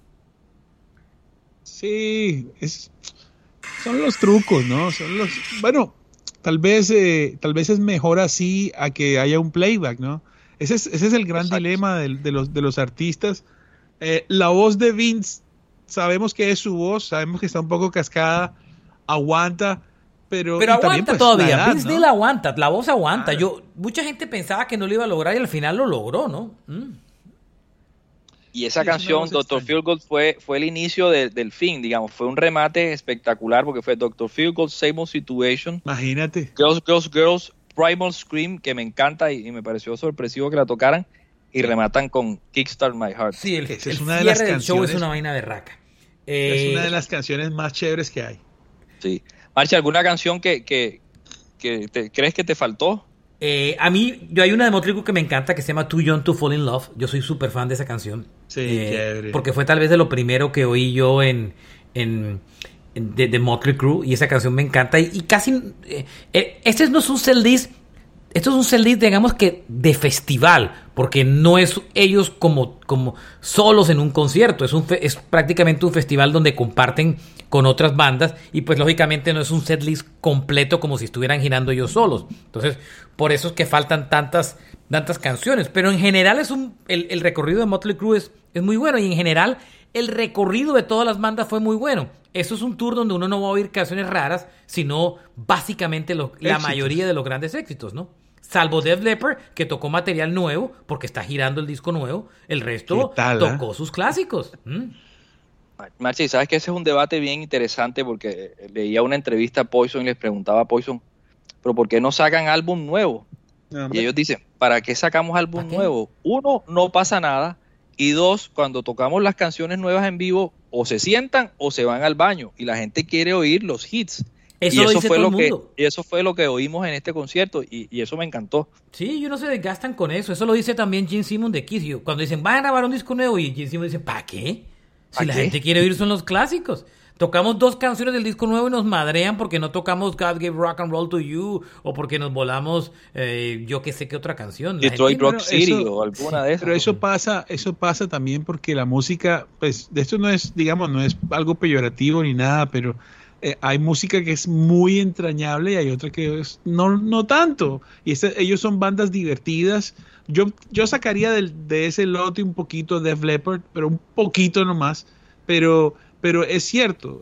Sí, son los trucos, ¿no? Bueno, tal vez es mejor así a que haya un playback, ¿no? Ese es el gran dilema de los artistas. La voz de Vince, sabemos que es su voz, sabemos que está un poco cascada, aguanta, pero aguanta también, pues, todavía. la edad, Vince ¿no? Neil aguanta, la voz aguanta. Mucha gente pensaba que no lo iba a lograr y al final lo logró, ¿no? Y esa Sí, canción, es una voz Dr. Feelgood, fue el inicio del fin, digamos. Fue un remate espectacular porque fue Dr. Feelgood, Same Old Situation, Imagínate. Girls, Primal Scream, que me encanta y me pareció sorpresivo que la tocaran, y rematan con Kickstart My Heart. Sí, el Esa es el una de cierre las del show es canciones- una vaina berraca. Es una de las canciones más chéveres que hay. Sí. Marcia, ¿alguna canción que crees que te faltó? A mí, hay una de Motley Crue que me encanta que se llama Too Young to Fall in Love. Yo soy súper fan de esa canción. Sí, chévere. Porque fue tal vez de lo primero que oí yo de Motley Crue. Y esa canción me encanta. Y casi... este no es un set list. Esto es un set list, digamos que de festival. Porque no es ellos como solos en un concierto. Es prácticamente un festival donde comparten con otras bandas y pues lógicamente no es un setlist completo como si estuvieran girando ellos solos. Entonces, por eso es que faltan tantas canciones, pero en general el recorrido de Motley Crue es muy bueno y en general el recorrido de todas las bandas fue muy bueno. Eso es un tour donde uno no va a oír canciones raras, sino básicamente la mayoría de los grandes éxitos, ¿no? Salvo Def Leppard, que tocó material nuevo, porque está girando el disco nuevo, el resto tocó sus clásicos. Marcia, y sabes que ese es un debate bien interesante porque leía una entrevista a Poison y les preguntaba a Poison, pero ¿por qué no sacan álbum nuevo? Y ellos dicen, ¿para qué sacamos álbum nuevo? Uno, no pasa nada, y dos, cuando tocamos las canciones nuevas en vivo, o se sientan o se van al baño, y la gente quiere oír los hits. Eso lo dice todo el mundo. Y eso fue lo que oímos en este concierto, y eso me encantó. Sí, ellos no se desgastan con eso. Eso lo dice también Gene Simmons de Kiss. Cuando dicen, van a grabar un disco nuevo, y Gene Simmons dice, ¿para qué? Si la gente quiere oír son los clásicos. Tocamos 2 canciones del disco nuevo y nos madrean porque no tocamos God Gave Rock and Roll to You o porque nos volamos yo que sé qué otra canción. Detroit Rock City o alguna de esas. Pero eso pasa también porque la música, pues, de esto no es, digamos, no es algo peyorativo ni nada, pero hay música que es muy entrañable y hay otra que es no tanto. Y ellos son bandas divertidas. Yo sacaría de ese lote un poquito de Def Leppard, pero un poquito nomás. Pero es cierto,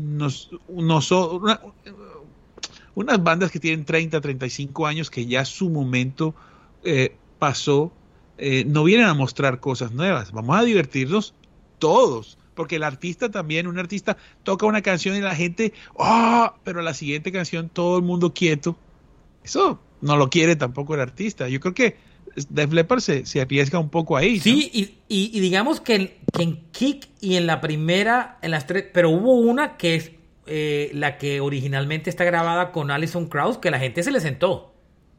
unas bandas que tienen 30, 35 años que ya su momento pasó, no vienen a mostrar cosas nuevas. Vamos a divertirnos todos, porque el artista también, un artista toca una canción y la gente, ¡oh! Pero la siguiente canción todo el mundo quieto. Eso no lo quiere tampoco el artista. Yo creo que Def Leppard se arriesga un poco ahí, ¿no? Sí, y digamos que en Kick y en la primera, en las tres, pero hubo una que es la que originalmente está grabada con Alison Krauss, que la gente se le sentó.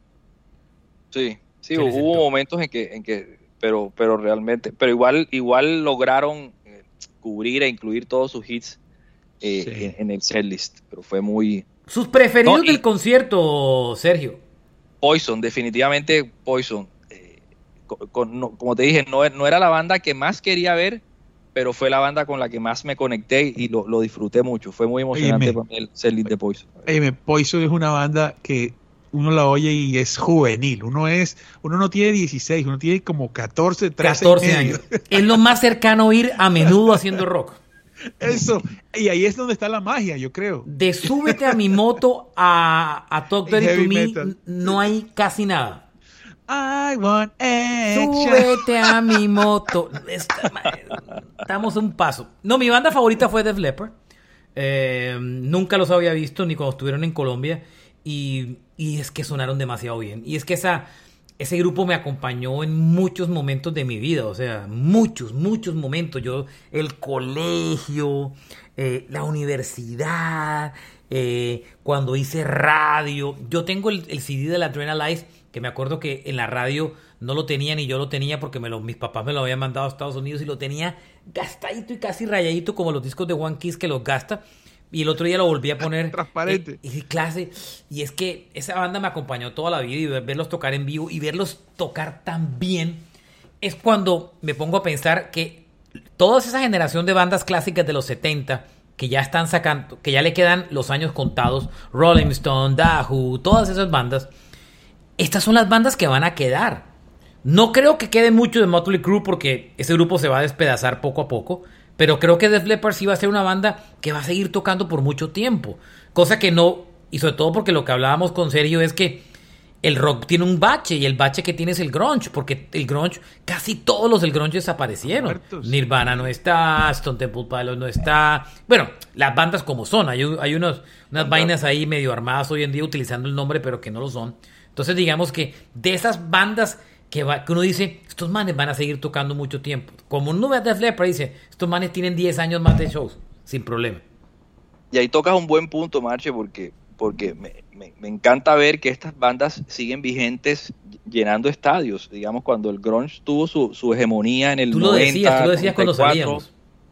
Sí, Se le sentó. hubo momentos en que pero realmente, pero igual lograron cubrir e incluir todos sus hits Sí. en el setlist, pero fue muy... Sus preferidos No, y- del concierto, Sergio. Poison, definitivamente Poison. Como te dije, no era la banda que más quería ver, pero fue la banda con la que más me conecté y lo disfruté mucho. Fue muy emocionante Óyeme. para mí el setlist de Poison. Poison es una banda que uno la oye y es juvenil. Uno no tiene 16, uno tiene como 14, 13 14 y medio. años. Es lo más cercano a ir a menudo haciendo rock. Eso. Y ahí es donde está la magia, yo creo. De súbete a mi moto a Talk Dirty Heavy to Me, metal. no hay casi nada. I want action. Súbete a mi moto. Estamos a un paso. No, mi banda favorita fue Def Leppard. Nunca los había visto ni cuando estuvieron en Colombia. Y es que sonaron demasiado bien. Y es que ese grupo me acompañó en muchos momentos de mi vida. O sea, muchos momentos. El colegio, la universidad, cuando hice radio. Yo tengo el CD de la Adrenalize, que me acuerdo que en la radio no lo tenía ni yo lo tenía porque mis papás me lo habían mandado a Estados Unidos y lo tenía gastadito y casi rayadito como los discos de One Kiss que los gasta. Y el otro día lo volví a poner Transparente. y clase. Y es que esa banda me acompañó toda la vida y verlos tocar en vivo y verlos tocar tan bien es cuando me pongo a pensar que toda esa generación de bandas clásicas de los 70 que ya están sacando, que ya le quedan los años contados, Rolling Stone, The Who, todas esas bandas, estas son las bandas que van a quedar. No creo que quede mucho de Motley Crue porque ese grupo se va a despedazar poco a poco, pero creo que Def Leppard sí va a ser una banda que va a seguir tocando por mucho tiempo. Cosa que no, y sobre todo porque lo que hablábamos con Sergio es que el rock tiene un bache y el bache que tiene es el grunge, porque el grunge, casi todos los del grunge desaparecieron. Muertos. Nirvana no está, Stone Temple Pilots no está. Bueno, las bandas como son, hay unas vainas ahí medio armadas hoy en día utilizando el nombre pero que no lo son. Entonces digamos que de esas bandas que uno dice, estos manes van a seguir tocando mucho tiempo. Como uno ve a Def Leppard dice, estos manes tienen 10 años más de shows, sin problema. Y ahí tocas un buen punto, Marche, porque me encanta ver que estas bandas siguen vigentes llenando estadios. Digamos, cuando el grunge tuvo su hegemonía en el Tú lo 90, decías cuando 94,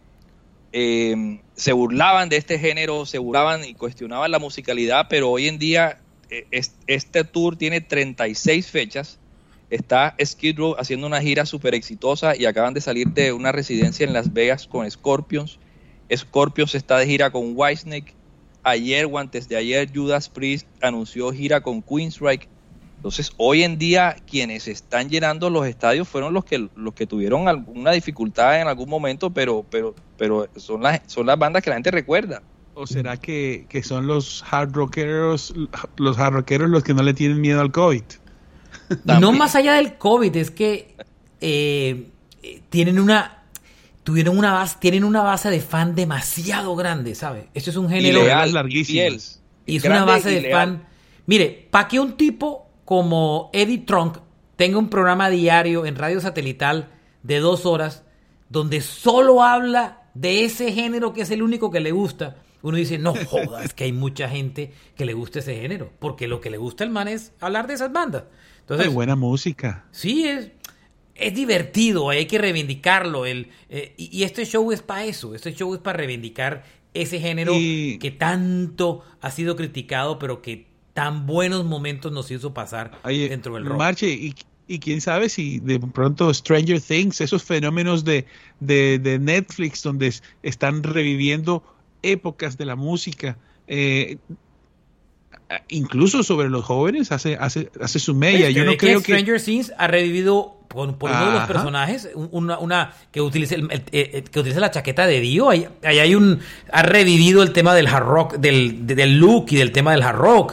salíamos. se burlaban de este género, se burlaban y cuestionaban la musicalidad, pero hoy en día este tour tiene 36 fechas. Está Skid Row haciendo una gira súper exitosa y acaban de salir de una residencia en Las Vegas con Scorpions. Scorpions está de gira con Whitesnake. Ayer o antes de ayer Judas Priest anunció gira con Queensryche. Entonces hoy en día quienes están llenando los estadios fueron los que tuvieron alguna dificultad en algún momento, pero son las bandas que la gente recuerda. ¿O será que son los hard rockeros los que no le tienen miedo al COVID? También. No más allá del COVID, es que tienen una base de fan demasiado grande, ¿sabes? Esto es un género leal, larguísimas. y es grande una base y de leal. fan. Mire, para que un tipo como Eddie Trunk tenga un programa diario en radio satelital de 2 horas donde solo habla de ese género que es el único que le gusta, uno dice, no joda, es que hay mucha gente que le gusta ese género, porque lo que le gusta al man es hablar de esas bandas. Entonces, Hay buena música. sí, es divertido, hay que reivindicarlo. Y este show es para eso, este show es para reivindicar ese género que tanto ha sido criticado, pero que tan buenos momentos nos hizo pasar Oye, dentro del rock. Marche, y quién sabe si de pronto Stranger Things, esos fenómenos de Netflix donde están reviviendo épocas de la música, incluso sobre los jóvenes hace su mella. Yo no creo que Stranger Things ha revivido por uno de los personajes una que utiliza que utiliza la chaqueta de Dio. Ahí ha revivido el tema del hard rock, del look y del tema del hard rock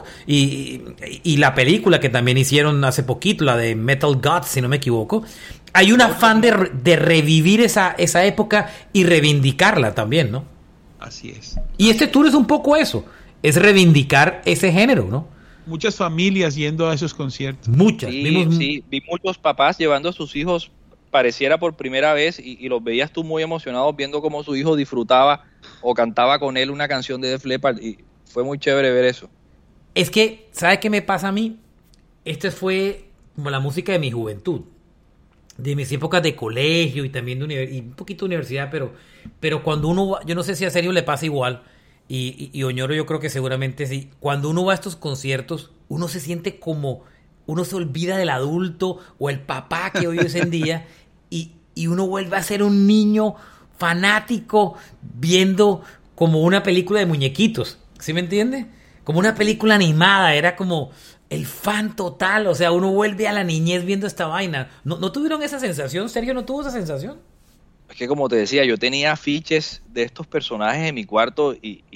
y la película que también hicieron hace poquito, la de Metal Gods, si no me equivoco. Hay un afán de revivir esa época y reivindicarla también, ¿no? Así es. Y este tour es un poco eso, es reivindicar ese género, ¿no? Muchas familias yendo a esos conciertos. Muchas. Sí, vi muchos papás llevando a sus hijos, pareciera por primera vez, y los veías tú muy emocionados viendo cómo su hijo disfrutaba o cantaba con él una canción de Def Leppard, y fue muy chévere ver eso. Es que, ¿sabe qué me pasa a mí? Esta fue como la música de mi juventud, de mis épocas de colegio y también y un poquito de universidad, pero cuando uno va, yo no sé si a Sergio le pasa igual, y Oñoro yo creo que seguramente sí, cuando uno va a estos conciertos, uno se siente como, uno se olvida del adulto o el papá que hoy es en día, y uno vuelve a ser un niño fanático viendo como una película de muñequitos, ¿sí me entiende? Como una película animada, era como el fan total, o sea, uno vuelve a la niñez viendo esta vaina. ¿No tuvieron esa sensación? ¿Sergio no tuvo esa sensación? Es que como te decía, yo tenía afiches de estos personajes en mi cuarto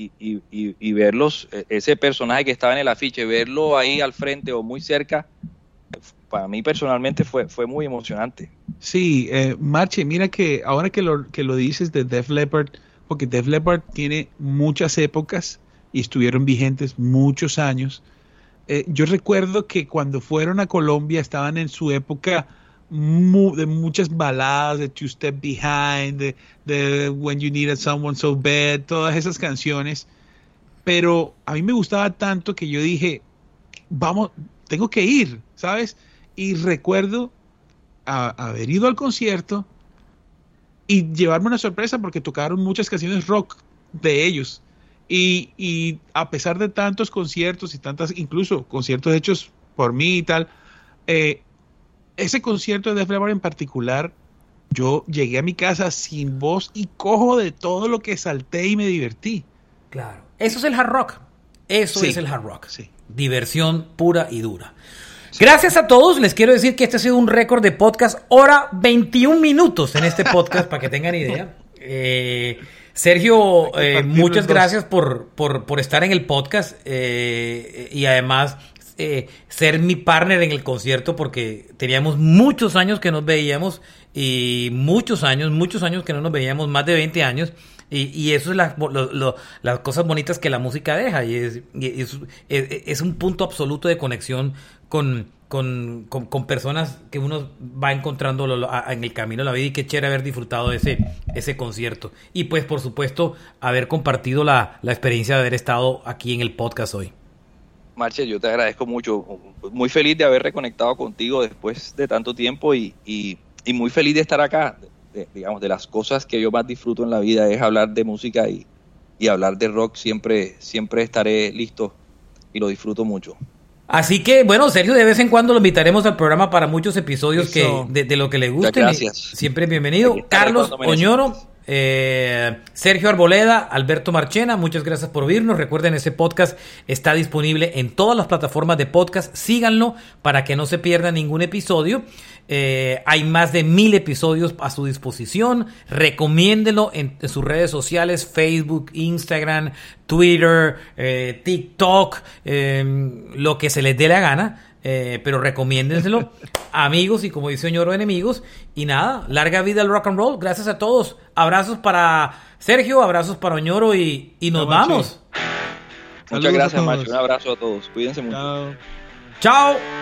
y verlos, ese personaje que estaba en el afiche, verlo ahí al frente o muy cerca, para mí personalmente fue muy emocionante. Sí, Marche, mira que ahora que lo dices de Def Leppard, porque Def Leppard tiene muchas épocas y estuvieron vigentes muchos años. Yo recuerdo que cuando fueron a Colombia estaban en su época de muchas baladas, de Two Step Behind, de When You Needed Someone So Bad, todas esas canciones, pero a mí me gustaba tanto que yo dije, vamos, tengo que ir, ¿sabes? Y recuerdo haber ido al concierto y llevarme una sorpresa porque tocaron muchas canciones rock de ellos, y a pesar de tantos conciertos y tantas, incluso conciertos hechos por mí y tal, ese concierto de Def Leppard en particular, yo llegué a mi casa sin voz y cojo de todo lo que salté y me divertí. Claro. Eso es el hard rock. Eso es el hard rock. Sí. Diversión pura y dura. Gracias a todos. Les quiero decir que este ha sido un récord de podcast. Hora 21 minutos en este podcast, para que tengan idea. Sergio, muchas gracias por estar en el podcast y además ser mi partner en el concierto, porque teníamos muchos años que nos veíamos y muchos años que no nos veíamos, más de 20 años, y eso es las cosas bonitas que la música deja, y es un punto absoluto de conexión con personas que uno va encontrando en el camino de la vida, y qué chévere haber disfrutado de ese concierto, y pues por supuesto haber compartido la experiencia de haber estado aquí en el podcast hoy. Marche, yo te agradezco mucho, muy feliz de haber reconectado contigo después de tanto tiempo y muy feliz de estar acá. Digamos, de las cosas que yo más disfruto en la vida es hablar de música y hablar de rock. Siempre estaré listo y lo disfruto mucho. Así que, bueno, Sergio, de vez en cuando lo invitaremos al programa para muchos episodios de lo que le guste. Gracias. Siempre bienvenido. Carlos Oñoro, Sergio Arboleda, Alberto Marchena, muchas gracias por oírnos. Recuerden, ese podcast está disponible en todas las plataformas de podcast. Síganlo para que no se pierda ningún episodio. Hay más de 1000 episodios a su disposición. Recomiéndenlo en sus redes sociales: Facebook, Instagram, Twitter, TikTok, lo que se les dé la gana. Pero recomiéndenselo, amigos, y como dice Oñoro, enemigos. Y nada, larga vida al rock and roll. Gracias a todos. Abrazos para Sergio, abrazos para Oñoro, y nos vamos. Muchas gracias, Macho. Un abrazo a todos. Cuídense mucho. Chao. Chao.